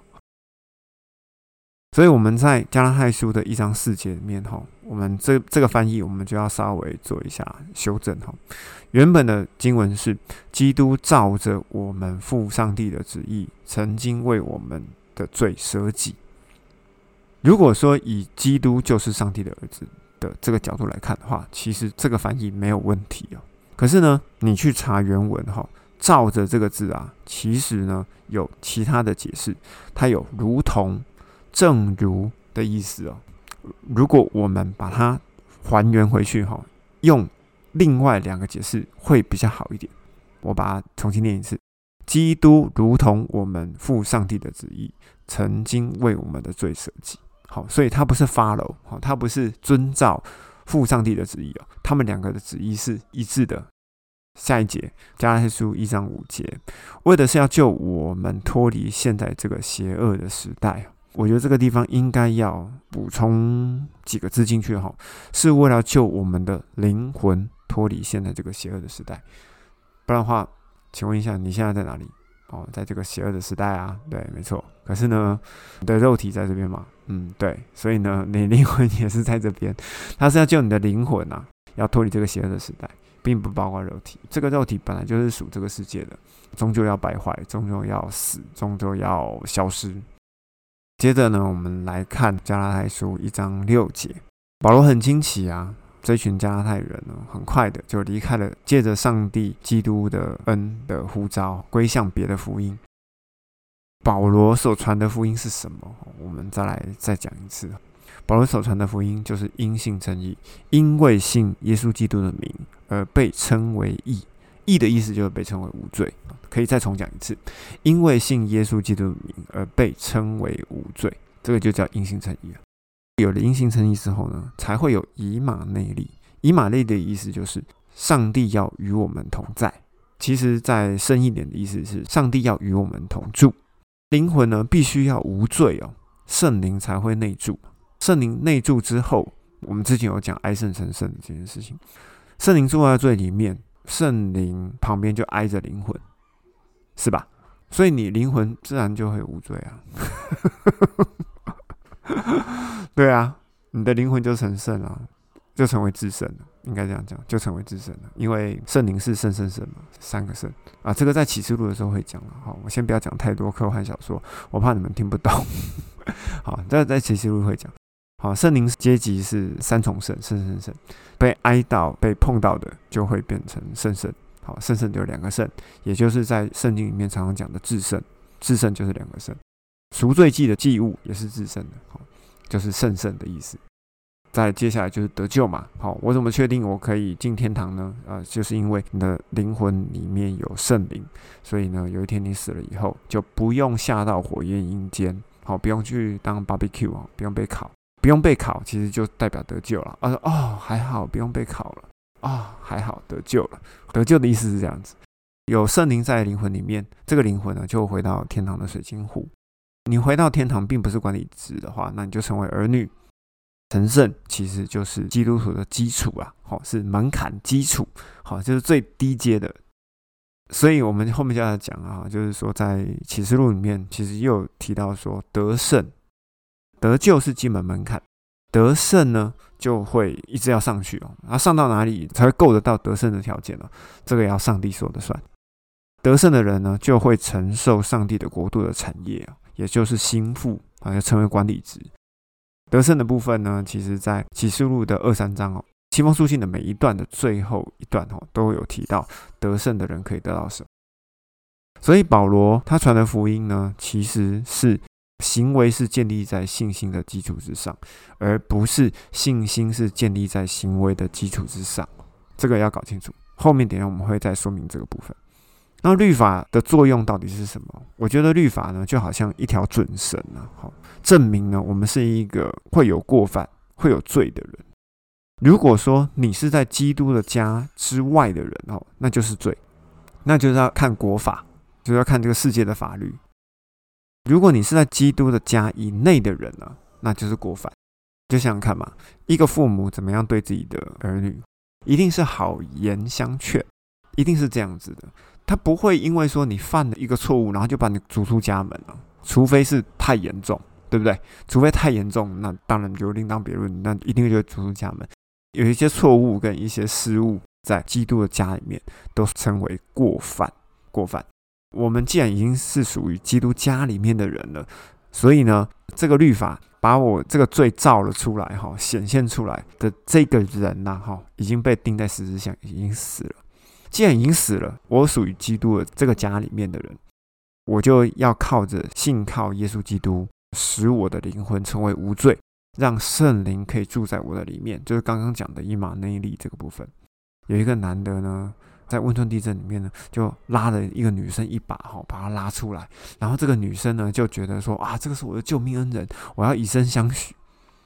所以我们在加拉太书的一章四节里面，我们 这, 这个翻译我们就要稍微做一下修正。原本的经文是基督照着我们父上帝的旨意，曾经为我们的罪舍己。如果说以基督就是上帝的儿子的这个角度来看的话，其实这个翻译没有问题哦。可是呢，你去查原文哈，照着这个字啊，其实呢有其他的解释，它有如同、正如的意思哦。如果我们把它还原回去哈，用另外两个解释会比较好一点。我把它重新念一次： 基督如同我们父上帝的旨意，曾经为我们的罪舍己。好，所以他不是 follow， 他不是遵照父上帝的旨意哦，他们两个的旨意是一致的。下一节，加拉太书一章五节，为的是要救我们脱离现在这个邪恶的时代。我觉得这个地方应该要补充几个字进去，是为了救我们的灵魂脱离现在这个邪恶的时代。不然的话，请问一下，你现在在哪里？哦，在这个邪恶的时代啊，对，没错。可是呢，你的肉体在这边嘛，嗯，对，所以呢，你灵魂也是在这边。它是要救你的灵魂啊，要脱离这个邪恶的时代，并不包括肉体。这个肉体本来就是属这个世界的，终究要败坏，终究要死，终究要消失。接着呢，我们来看加拉太书一章六节，保罗很惊奇啊，这群加拉太人呢，很快的就离开了借着上帝基督的恩的呼召，归向别的福音。保罗所传的福音是什么？我们再来再讲一次。保罗所传的福音就是因信称义，因为信耶稣基督的名而被称为义。义的意思就是被称为无罪，可以再重讲一次，因为信耶稣基督的名而被称为无罪，这个就叫因信称义了。有了因信称义之后呢，才会有以马内利。以马内利的意思就是上帝要与我们同在，其实再深一点的意思是上帝要与我们同住。灵魂呢必须要无罪哦，圣灵才会内住。圣灵内住之后，我们之前有讲哀圣成圣的这件事情，圣灵住在罪里面，圣灵旁边就挨着灵魂，是吧？所以你灵魂自然就会无罪啊。对啊，你的灵魂就成圣了，就成为至圣了，应该这样讲，就成为至圣了。因为圣灵是圣圣圣嘛，三个圣啊，这个在启示录的时候会讲了。好，我先不要讲太多科幻小说，我怕你们听不懂。好，这在启示录会讲。好，圣灵阶级是三重圣，圣圣圣，被挨到、被碰到的就会变成圣圣。好，圣圣就有两个圣，也就是在圣经里面常常讲的至圣，至圣就是两个圣。赎罪祭的祭物也是至圣的，好，就是圣圣的意思。再接下来就是得救嘛，好，我怎么确定我可以进天堂呢？呃，就是因为你的灵魂里面有圣灵，所以呢，有一天你死了以后，就不用下到火焰阴间，好，不用去当 barbecue， 不用被烤。不用被烤，其实就代表得救了。啊，哦，还好不用被烤了，啊、哦，还好得救了。得救的意思是这样子，有圣灵在灵魂里面，这个灵魂呢就回到天堂的水晶湖。你回到天堂并不是管理职的话，那你就成为儿女。成圣其实就是基督徒的基础啊，好，是门槛基础，好，就是最低阶的。所以我们后面就要讲啊，就是说在启示录里面，其实又有提到说得胜。得救是基本门槛，得胜呢就会一直要上去哦。然后上到哪里才会够得到得胜的条件呢？这个要上帝说的算。得胜的人呢，就会承受上帝的国度的产业，也就是心腹啊，要成为管理职。得胜的部分呢，其实在启示录的二三章哦，七封书信的每一段的最后一段哦，都有提到得胜的人可以得到什么。所以保罗他传的福音呢，其实是行为是建立在信心的基础之上，而不是信心是建立在行为的基础之上。这个要搞清楚，后面等一下我们会再说明这个部分。那律法的作用到底是什么？我觉得律法呢，就好像一条准绳啊，证明呢我们是一个会有过犯、会有罪的人。如果说你是在基督的家之外的人哦，那就是罪，那就是要看国法，就是要看这个世界的法律。如果你是在基督的家以内的人呢，那就是过犯。就想想看嘛，一个父母怎么样对自己的儿女，一定是好言相劝，一定是这样子的。他不会因为说你犯了一个错误，然后就把你逐出家门了，除非是太严重，对不对？除非太严重，那当然就另当别论，那一定就会逐出家门。有一些错误跟一些失误，在基督的家里面都称为过犯，过犯。我们既然已经是属于基督家里面的人了，所以呢，这个律法把我这个罪造了出来，显现出来的这个人啊，已经被钉在十字架，已经死了。既然已经死了，我属于基督的这个家里面的人，我就要靠着信靠耶稣基督，使我的灵魂成为无罪，让圣灵可以住在我的里面，就是刚刚讲的以马内利这个部分。有一个男的呢， 在汶川地震里面呢，就拉了一个女生一把，把她拉出来。然后这个女生呢，就觉得说啊，这个是我的救命恩人，我要以身相许。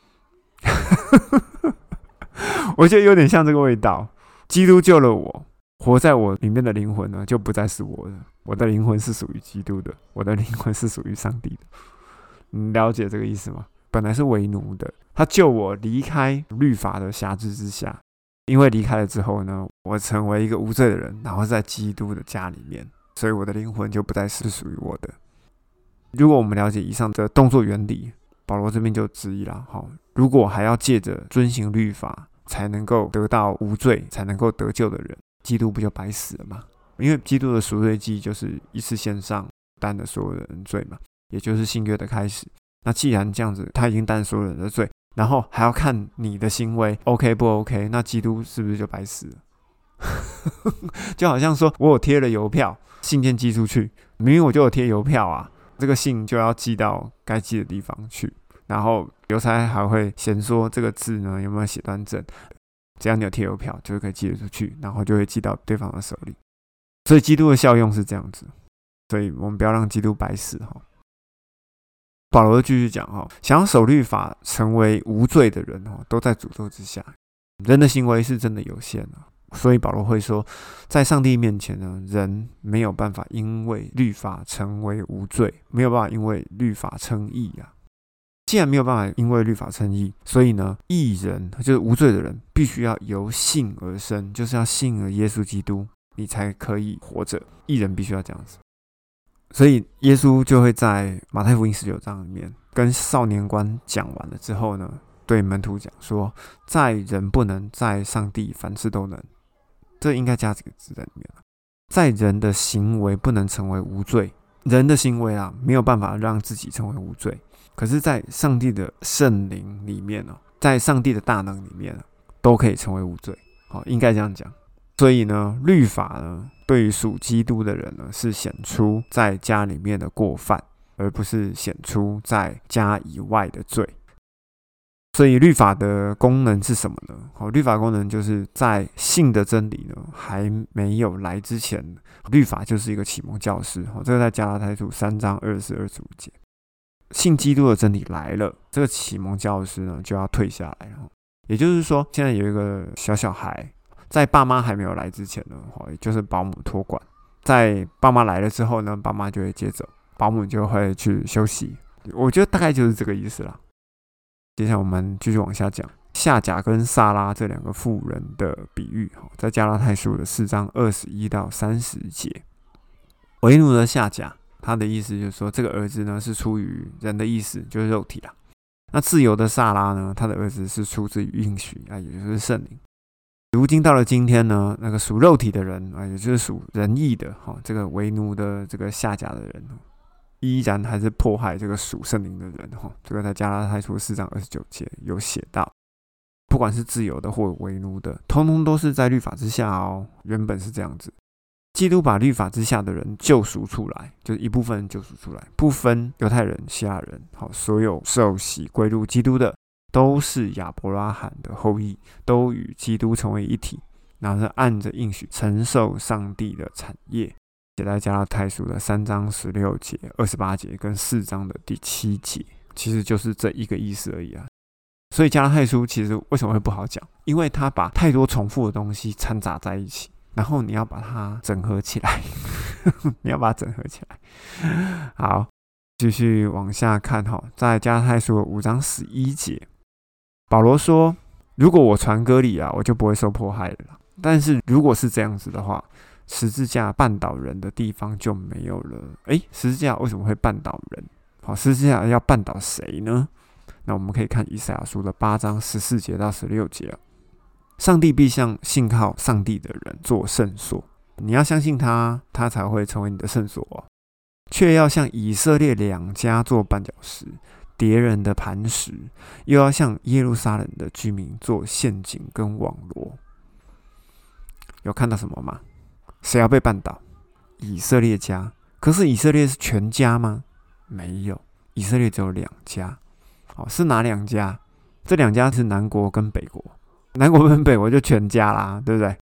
我觉得有点像这个味道。基督救了我，活在我里面的灵魂呢，就不再是我的，我的灵魂是属于基督的，我的灵魂是属于上帝的。你了解这个意思吗？本来是为奴的，他救我离开律法的辖制之下。因为离开了之后呢，我成为一个无罪的人，然后在基督的家里面，所以我的灵魂就不再是属于我的。如果我们了解以上的动作原理，保罗这边就质疑了，如果还要借着遵行律法才能够得到无罪，才能够得救的人，基督不就白死了吗？因为基督的赎罪祭就是一次献上，担了所有的人罪嘛，也就是新约的开始。那既然这样子，他已经担了所有人的罪，然后还要看你的行为 OK 不 OK， 那基督是不是就白死了？就好像说我有贴了邮票，信件寄出去，明明我就有贴邮票啊，这个信就要寄到该寄的地方去，然后邮差还会嫌说这个字呢有没有写端正，只要你有贴邮票就可以寄得出去，然后就会寄到对方的手里。所以基督的效用是这样子，所以我们不要让基督白死。保罗继续讲，想要守律法成为无罪的人都在诅咒之下。人的行为是真的有限的，所以保罗会说，在上帝面前呢，人没有办法因为律法成为无罪，没有办法因为律法称义啊。既然没有办法因为律法称义，所以呢，义人就是无罪的人，必须要由信而生，就是要信了耶稣基督，你才可以活着。义人必须要这样子。所以耶稣就会在马太福音十九章里面跟少年官讲完了之后呢，对门徒讲说，在人不能，在上帝凡事都能。这应该加这个字在里面。在人的行为不能成为无罪，人的行为啊没有办法让自己成为无罪，可是在上帝的圣灵里面，在上帝的大能里面都可以成为无罪。应该这样讲。所以呢，律法呢，对于属基督的人呢，是显出在家里面的过犯，而不是显出在家以外的罪。所以律法的功能是什么呢？好，律法功能就是在信的真理呢还没有来之前，律法就是一个启蒙教师。这个在加拉太书三章二十二十五节。信基督的真理来了，这个启蒙教师呢就要退下来。也就是说，现在有一个小小孩。在爸妈还没有来之前呢，也就是保姆托管。在爸妈来了之后呢，爸妈就会接走，保姆就会去休息。我觉得大概就是这个意思啦。接下来我们继续往下讲夏甲跟撒拉这两个妇人的比喻，在加拉太书的四章二十一到三十节。为奴的夏甲，他的意思就是说，这个儿子呢是出于人的意思，就是肉体啦。那自由的撒拉呢，他的儿子是出自于应许，也就是圣灵。如今到了今天呢，那个属肉体的人啊，也就是属人意的，这个为奴的这个夏甲的人，依然还是迫害这个属圣灵的人。这个在加拉太书四章二十九节有写到，不管是自由的或为奴的，通通都是在律法之下哦。原本是这样子，基督把律法之下的人救赎出来，就是一部分人救赎出来，不分犹太人、希腊人，所有受洗归入基督的。都是亚伯拉罕的后裔，都与基督成为一体，然后是按着应许承受上帝的产业。写在加拉太书的三章十六节、二十八节跟四章的第七节，其实就是这一个意思而已啊。所以加拉太书其实为什么会不好讲？因为它把太多重复的东西掺杂在一起，然后你要把它整合起来，你要把它整合起来。好，继续往下看哈，在加拉太书的五章十一节。保罗说，如果我传割礼啊，我就不会受迫害了啦。但是如果是这样子的话，十字架绊倒人的地方就没有了。诶，十字架为什么会绊倒人？好，十字架要绊倒谁呢？那我们可以看以赛亚书的八章十四节到十六节。上帝必向信靠上帝的人做圣所，你要相信他，他才会成为你的圣所哦。却要向以色列两家做绊脚石，敌人的磐石，又要向耶路撒冷的居民做陷阱跟网罗。有看到什么吗？谁要被绊倒？以色列家。可是以色列是全家吗？没有，以色列只有两家。好，是哪两家？这两家是南国跟北国。南国跟北国就全家啦，对不对？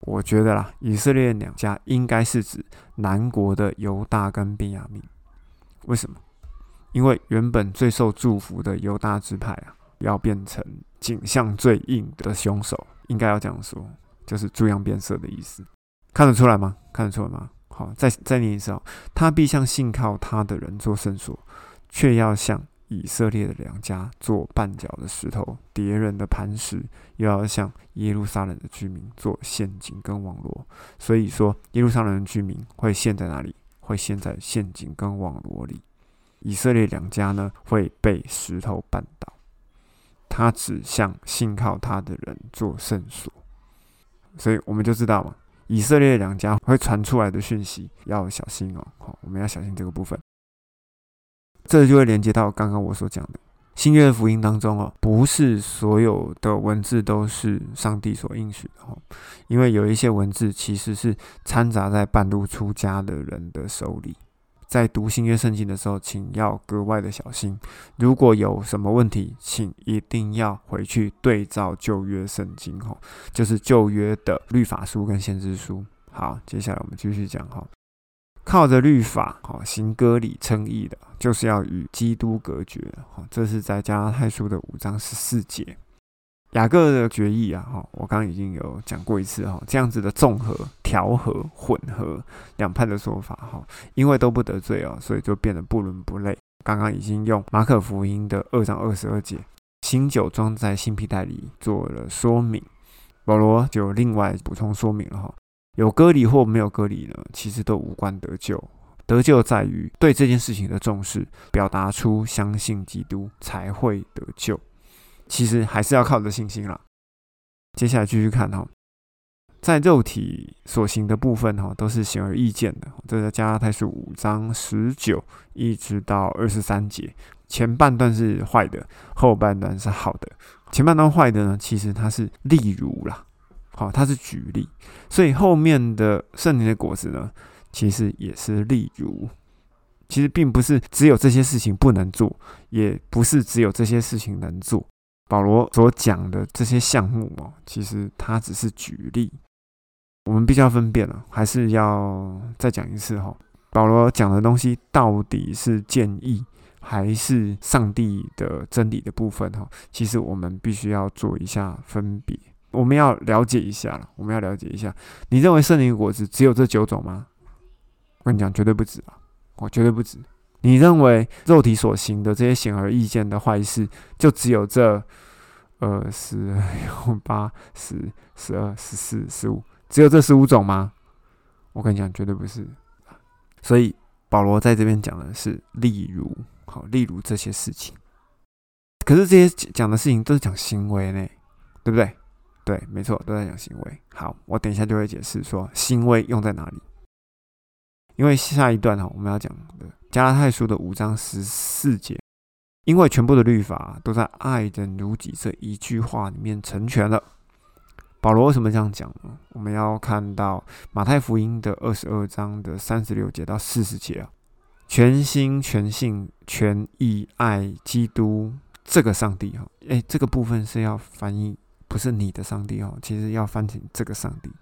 我觉得啦，以色列两家应该是指南国的犹大跟便雅悯。为什么？因为原本最受祝福的犹大支派啊，要变成颈项最硬的凶手，应该要这样说，就是猪羊变色的意思。看得出来吗？看得出来吗？好，再再念一次哦。他必向信靠他的人做圣所，却要向以色列的两家做绊脚的石头，敌人的磐石，又要向耶路撒冷的居民做陷阱跟网罗。所以说，耶路撒冷的居民会陷在哪里？会陷在陷阱跟网罗里。以色列两家呢，会被石头绊倒。他只向信靠他的人做圣所，所以我们就知道嘛，以色列两家会传出来的讯息要小心哦。好，我们要小心这个部分。这就会连接到刚刚我所讲的新约的福音当中哦，不是所有的文字都是上帝所应许的哦，因为有一些文字其实是掺杂在半路出家的人的手里。在读新约圣经的时候，请要格外的小心。如果有什么问题，请一定要回去对照旧约圣经哦，就是旧约的律法书跟先知书。好，接下来我们继续讲哈。靠着律法行割礼称义的，就是要与基督隔绝。这是在加拉太书的五章十四节。雅各的决议啊，我刚刚已经有讲过一次，这样子的综合、调和、混合两派的说法，因为都不得罪哦，所以就变得不伦不类。刚刚已经用马可福音的二章二十二节，新酒装在新皮袋里做了说明，保罗就另外补充说明了，有割礼或没有割礼呢，其实都无关得救。得救在于对这件事情的重视，表达出相信基督才会得救。其实还是要靠着信心啦。接下来继续看哈，在肉体所行的部分哈，都是显而易见的。这在加拉太书五章十九一直到二十三节，前半段是坏的，后半段是好的。前半段坏的呢，其实它是例如啦，好，它是举例，所以后面的圣灵的果子呢，其实也是例如。其实并不是只有这些事情不能做，也不是只有这些事情能做。保罗所讲的这些项目哦，其实它只是举例，我们必须要分辨了，还是要再讲一次哈。保罗讲的东西到底是建议还是上帝的真理的部分哈？其实我们必须要做一下分别，我们要了解一下了，我们要了解一下。你认为圣灵果子只有这九种吗？我跟你讲，绝对不止啊，我绝对不止。你认为肉体所行的这些显而易见的坏事，就只有这二、十、八、十、十二、十四、十五，只有这十五种吗？我跟你讲，绝对不是。所以保罗在这边讲的是例如，好，例如这些事情。可是这些讲的事情都是讲行为呢，对不对？对，没错，都在讲行为。好，我等一下就会解释说行为用在哪里。因为下一段我们要讲的加拉太书的五章十四节，因为全部的律法都在爱人如己这一句话里面成全了。保罗为什么这样讲呢？我们要看到马太福音的二十二章的三十六节到四十节，全心全性全意爱基督这个上帝。诶，这个部分是要翻译，不是你的上帝，其实要翻成这个上帝。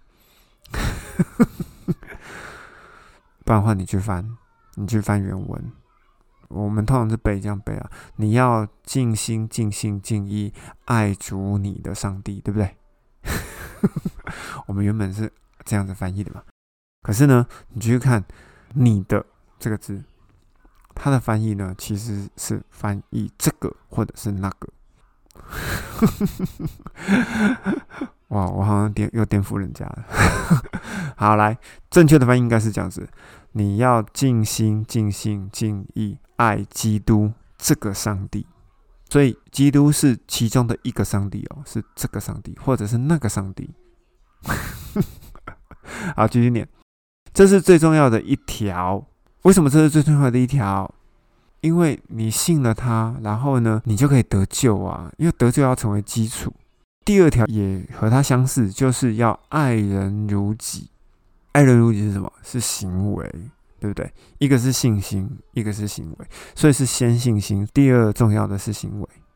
不然的话，你去翻，你去翻原文。我们通常是背这样背啊，你要尽心、尽心、尽意爱主你的上帝，对不对？我们原本是这样子翻译的嘛。可是呢，你去看“你的”这个字，它的翻译呢，其实是翻译这个或者是那个。哇，我好像颠又颠覆人家了。好，来，正确的翻译应该是这样子：你要尽心、尽性、尽意爱基督这个上帝。所以，基督是其中的一个上帝哦，是这个上帝，或者是那个上帝。好，继续念。这是最重要的一条。为什么这是最重要的一条？因为你信了他，然后呢，你就可以得救啊。因为得救要成为基础。第二条也和它相似，就是要爱人如己。爱人如己是什么？是行为，对不对？一个是信心，一个是行为，所以是先信心，第二重要的是行为。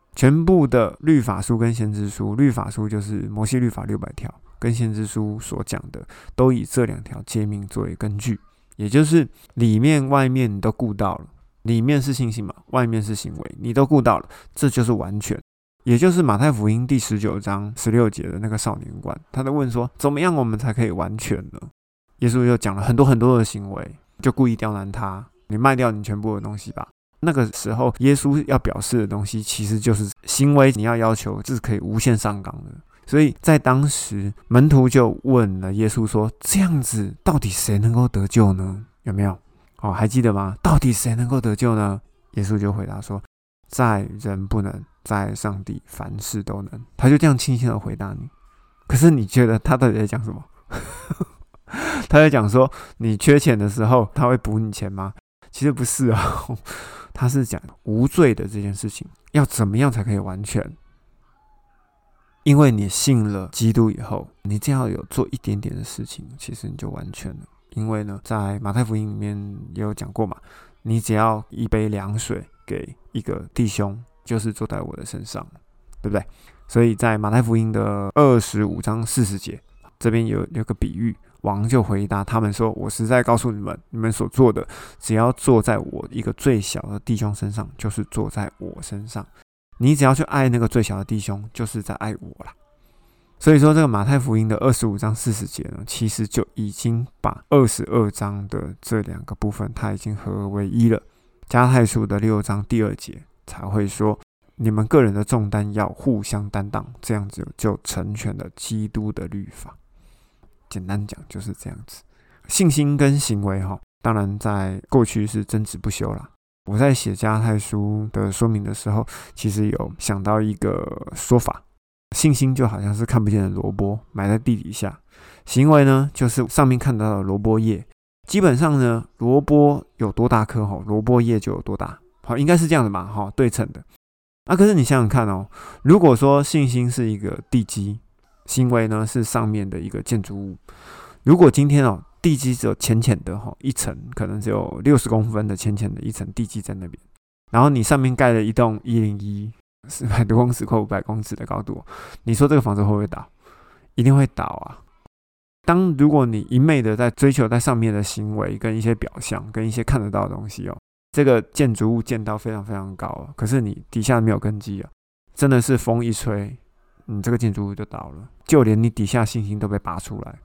全部的律法书跟先知书，律法书就是摩西律法六百条，跟先知书所讲的，都以这两条诫命作为根据，也就是里面外面你都顾到了，里面是信心嘛，外面是行为，你都顾到了，这就是完全。也就是马太福音第十九章十六节的那个少年官，他在问说，怎么样我们才可以完全呢？耶稣又讲了很多很多的行为，就故意刁难他，你卖掉你全部的东西吧。那个时候耶稣要表示的东西其实就是行为，你要要求这是可以无限上纲的。所以在当时门徒就问了耶稣说，这样子到底谁能够得救呢？有没有？哦，还记得吗？到底谁能够得救呢？耶稣就回答说，在人不能，在上帝凡事都能。他就这样轻轻的回答你。可是你觉得他到底在讲什么？他在讲说，你缺钱的时候他会补你钱吗？其实不是啊，他是讲无罪的这件事情要怎么样才可以完全。因为你信了基督以后，你只要有做一点点的事情，其实你就完全了。因为呢，在马太福音里面也有讲过嘛，你只要一杯凉水给一个弟兄，就是做在我的身上，对不对？所以在马太福音的二十五章四十节，这边有有个比喻，王就回答他们说，我实在告诉你们，你们所做的，只要做在我一个最小的弟兄身上，就是做在我身上。你只要去爱那个最小的弟兄，就是在爱我啦。所以说，这个马太福音的二十五章四十节呢，其实就已经把二十二章的这两个部分，它已经合而为一了。加拉太书的六章第二节才会说，你们个人的重担要互相担当，这样子就成全了基督的律法。简单讲就是这样子。信心跟行为当然在过去是争执不休啦。我在写加拉太书的说明的时候，其实有想到一个说法，信心就好像是看不见的萝卜埋在地底下，行为呢就是上面看到的萝卜叶。基本上呢，萝卜有多大颗，萝卜叶就有多大，应该是这样的嘛，对称的。啊，可是你想想看哦，如果说信心是一个地基，行为呢是上面的一个建筑物，如果今天哦地基只有浅浅的一层，可能只有六十公分的浅浅的一层地基在那边，然后你上面盖了一栋一零一四百多公尺或五百公尺的高度，你说这个房子会不会倒？一定会倒啊！当如果你一昧的在追求在上面的行为跟一些表象跟一些看得到的东西哦，这个建筑物建到非常非常高啊，可是你底下没有根基啊，真的是风一吹，你这个建筑物就倒了，就连你底下信心都被拔出来。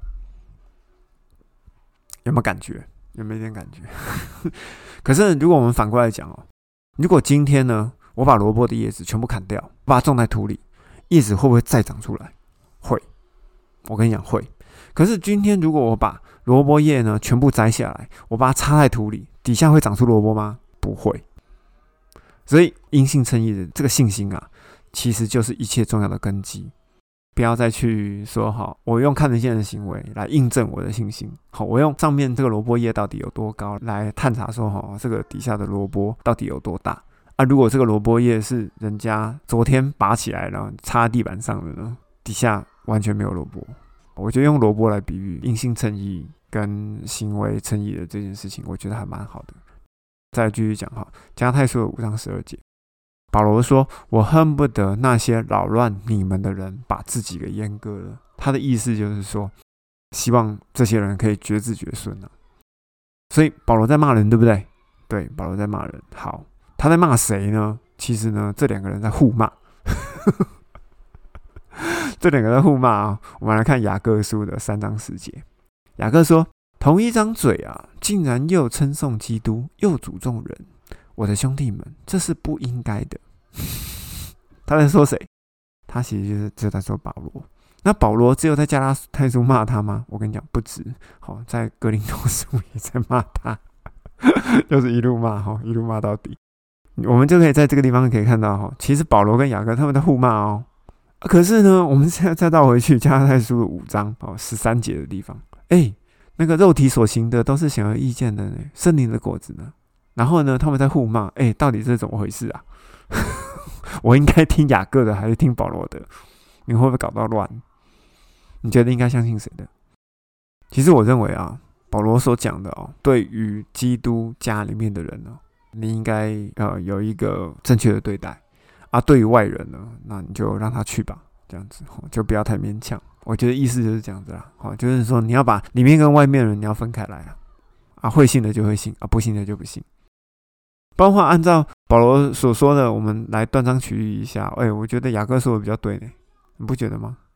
有没有感觉？有没有一点感觉？可是如果我们反过来讲哦，如果今天呢，我把萝卜的叶子全部砍掉，把它种在土里，叶子会不会再长出来？会，我跟你讲会。可是今天如果我把萝卜叶呢全部摘下来，我把它插在土里，底下会长出萝卜吗？不会。所以因信称义的这个信心啊，其实就是一切重要的根基。不要再去说我用看得见的行为来印证我的信心，我用上面这个萝卜叶到底有多高来探查说这个底下的萝卜到底有多大啊？如果这个萝卜叶是人家昨天拔起来然后插地板上的呢，底下完全没有萝卜。我觉得用萝卜来比喻因信称义跟行为称义的这件事情，我觉得还蛮好的。再继续讲加拉太书的五章十二节，保罗说，我恨不得那些扰乱你们的人把自己给阉割了。他的意思就是说，希望这些人可以绝子绝孙啊。所以保罗在骂人，对不对？对，保罗在骂人。好，他在骂谁呢？其实呢，这两个人在互骂。这两个人在互骂啊。我们来看雅各书的三章十节，雅各说，同一张嘴啊，竟然又称颂基督，又诅咒人。我的兄弟们，这是不应该的。他在说谁？他其实就是就在说保罗。那保罗只有在加拉太书骂他吗？我跟你讲，不止。好，在哥林多书也在骂他，就是一路骂，一路骂到底。我们就可以在这个地方可以看到，其实保罗跟雅各他们在互骂哦。可是呢，我们现在再倒回去加拉太书的五章十三节的地方，哎，那个肉体所行的都是显而易见的呢，圣灵的果子呢？然后呢，他们在互骂，哎，到底是怎么回事啊？我应该听雅各的还是听保罗的？你会不会搞到乱？你觉得应该相信谁的？其实我认为啊，保罗所讲的哦，对于基督家里面的人哦，你应该呃有一个正确的对待啊，对于外人呢，那你就让他去吧，这样子就不要太勉强。我觉得意思就是这样子啦，就是说你要把里面跟外面的人你要分开来啊，啊，会信的就会信，啊，不信的就不信。包括按照保罗所说的，我们来断章取义一下。哎、欸，我觉得雅各说的比较对呢，你不觉得吗？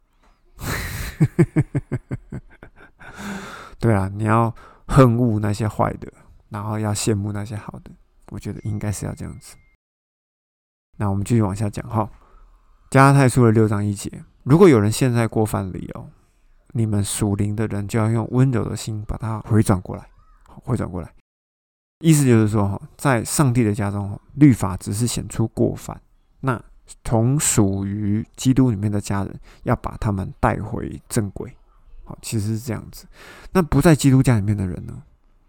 对啊，你要恨恶那些坏的，然后要羡慕那些好的，我觉得应该是要这样子。那我们继续往下讲哈，加拉太书的六章一节，如果有人现在过犯里哦，你们属灵的人就要用温柔的心把它回转过来，回转过来。意思就是说，在上帝的家中，律法只是显出过犯，那同属于基督里面的家人要把他们带回正轨。好，其实是这样子。那不在基督家里面的人呢？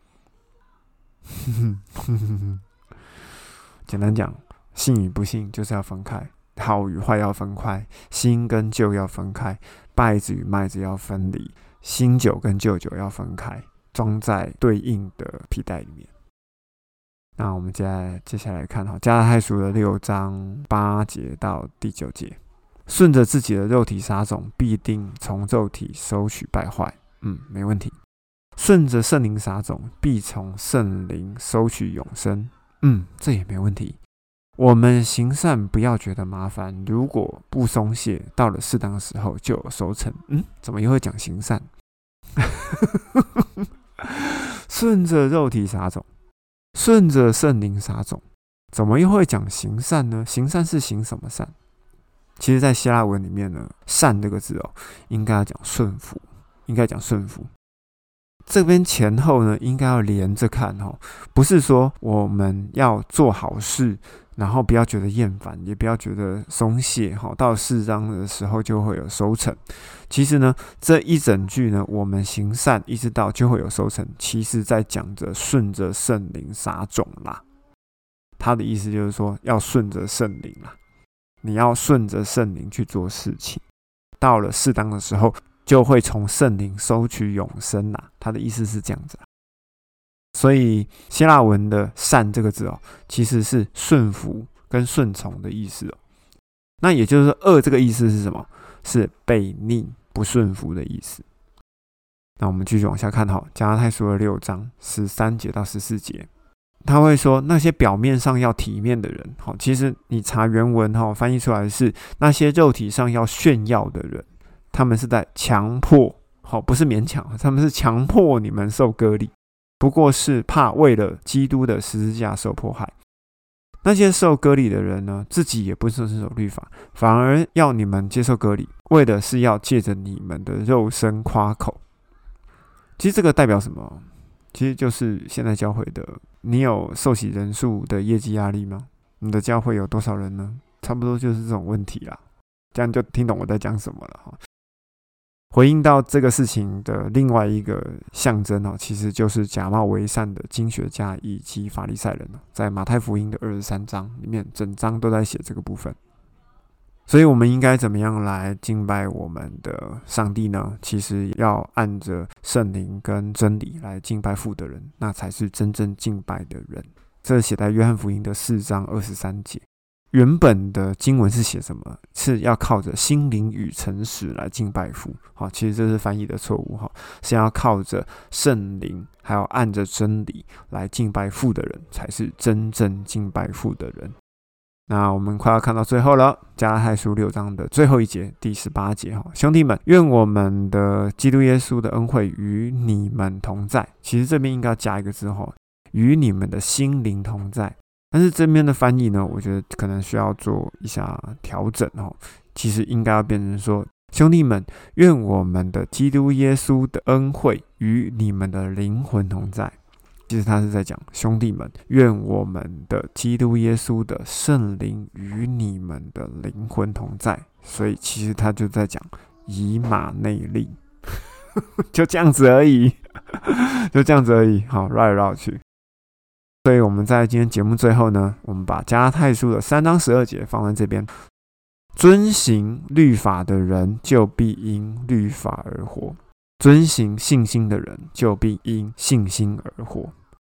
简单讲，信与不信就是要分开，好与坏要分开，新跟旧要分开，稗子与麦子要分离，新酒跟旧酒要分开，装在对应的皮带里面。那我们接下来接下来看哈，加拉太书的六章八节到第九节，顺着自己的肉体撒种，必定从肉体收取败坏。嗯，没问题。顺着圣灵撒种，必从圣灵收取永生。嗯，这也没问题。我们行善不要觉得麻烦，如果不松懈，到了适当的时候就有收成。嗯，怎么又会讲行善？顺着肉体撒种，顺着圣灵撒种，怎么又会讲行善呢？行善是行什么善？其实在希腊文里面呢，善这个字哦，应该要讲顺服，应该讲顺服。这边前后呢，应该要连着看哦，不是说我们要做好事，然后不要觉得厌烦，也不要觉得松懈，到适当的时候就会有收成。其实呢，这一整句呢，我们行善一直到就会有收成，其实在讲着顺着圣灵撒种啦。他的意思就是说，要顺着圣灵啦，你要顺着圣灵去做事情，到了适当的时候，就会从圣灵收取永生啦。他的意思是这样子啦。所以希腊文的善这个字哦，其实是顺服跟顺从的意思哦。那也就是说，恶这个意思是什么？是悖逆不顺服的意思。那我们继续往下看哈，加拉太书的六章十三节到十四节，他会说那些表面上要体面的人，其实你查原文翻译出来的是那些肉体上要炫耀的人，他们是在强迫，不是勉强，他们是强迫你们受割礼，不过是怕为了基督的十字架受迫害。那些受割礼的人呢，自己也不遵守律法，反而要你们接受割礼，为的是要借着你们的肉身夸口。其实这个代表什么？其实就是现在教会的，你有受洗人数的业绩压力吗？你的教会有多少人呢？差不多就是这种问题啦。这样就听懂我在讲什么了。回应到这个事情的另外一个象征，其实就是假冒为善的经学家以及法利赛人，在马太福音的二十三章里面，整章都在写这个部分。所以我们应该怎么样来敬拜我们的上帝呢？其实要按着圣灵跟真理来敬拜父的人，那才是真正敬拜的人。这写在约翰福音的四章二十三节。原本的经文是写什么？是要靠着心灵与诚实来敬拜父。其实这是翻译的错误，是要靠着圣灵还有按着真理来敬拜父的人，才是真正敬拜父的人。那我们快要看到最后了，加拉太书六章的最后一节，第十八节，兄弟们，愿我们的基督耶稣的恩惠与你们同在。其实这边应该要加一个字，与你们的心灵同在。但是这边的翻译呢，我觉得可能需要做一下调整哦。其实应该要变成说，兄弟们，愿我们的基督耶稣的恩惠与你们的灵魂同在。其实他是在讲，兄弟们，愿我们的基督耶稣的圣灵与你们的灵魂同在。所以其实他就在讲以马内利，就这样子而已，就这样子而已。好，绕来绕去。所以我们在今天节目最后呢，我们把加拉太书的三章十二节放在这边。遵行律法的人就必因律法而活，遵行信心的人就必因信心而活。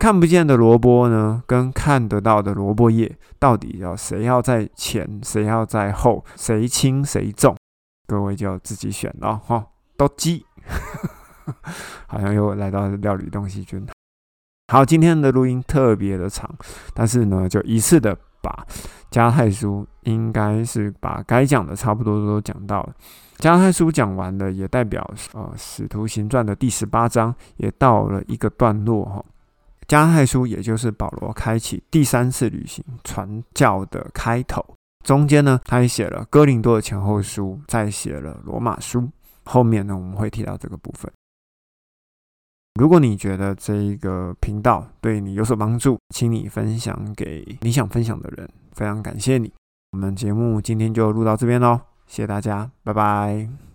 看不见的萝卜呢，跟看得到的萝卜叶，到底要谁要在前，谁要在后，谁轻谁重，各位就自己选了哈。都鸡，好像又来到料理东西君。好，今天的录音特别的长，但是呢，就一次的把加太书应该是把该讲的差不多都讲到了。加太书讲完了，也代表呃使徒行传的第十八章也到了一个段落哈。加太书也就是保罗开启第三次旅行传教的开头，中间呢，他也写了哥林多的前后书，再写了罗马书。后面呢，我们会提到这个部分。如果你觉得这一个频道对你有所帮助，请你分享给你想分享的人，非常感谢你。我们节目今天就录到这边咯，谢谢大家，拜拜。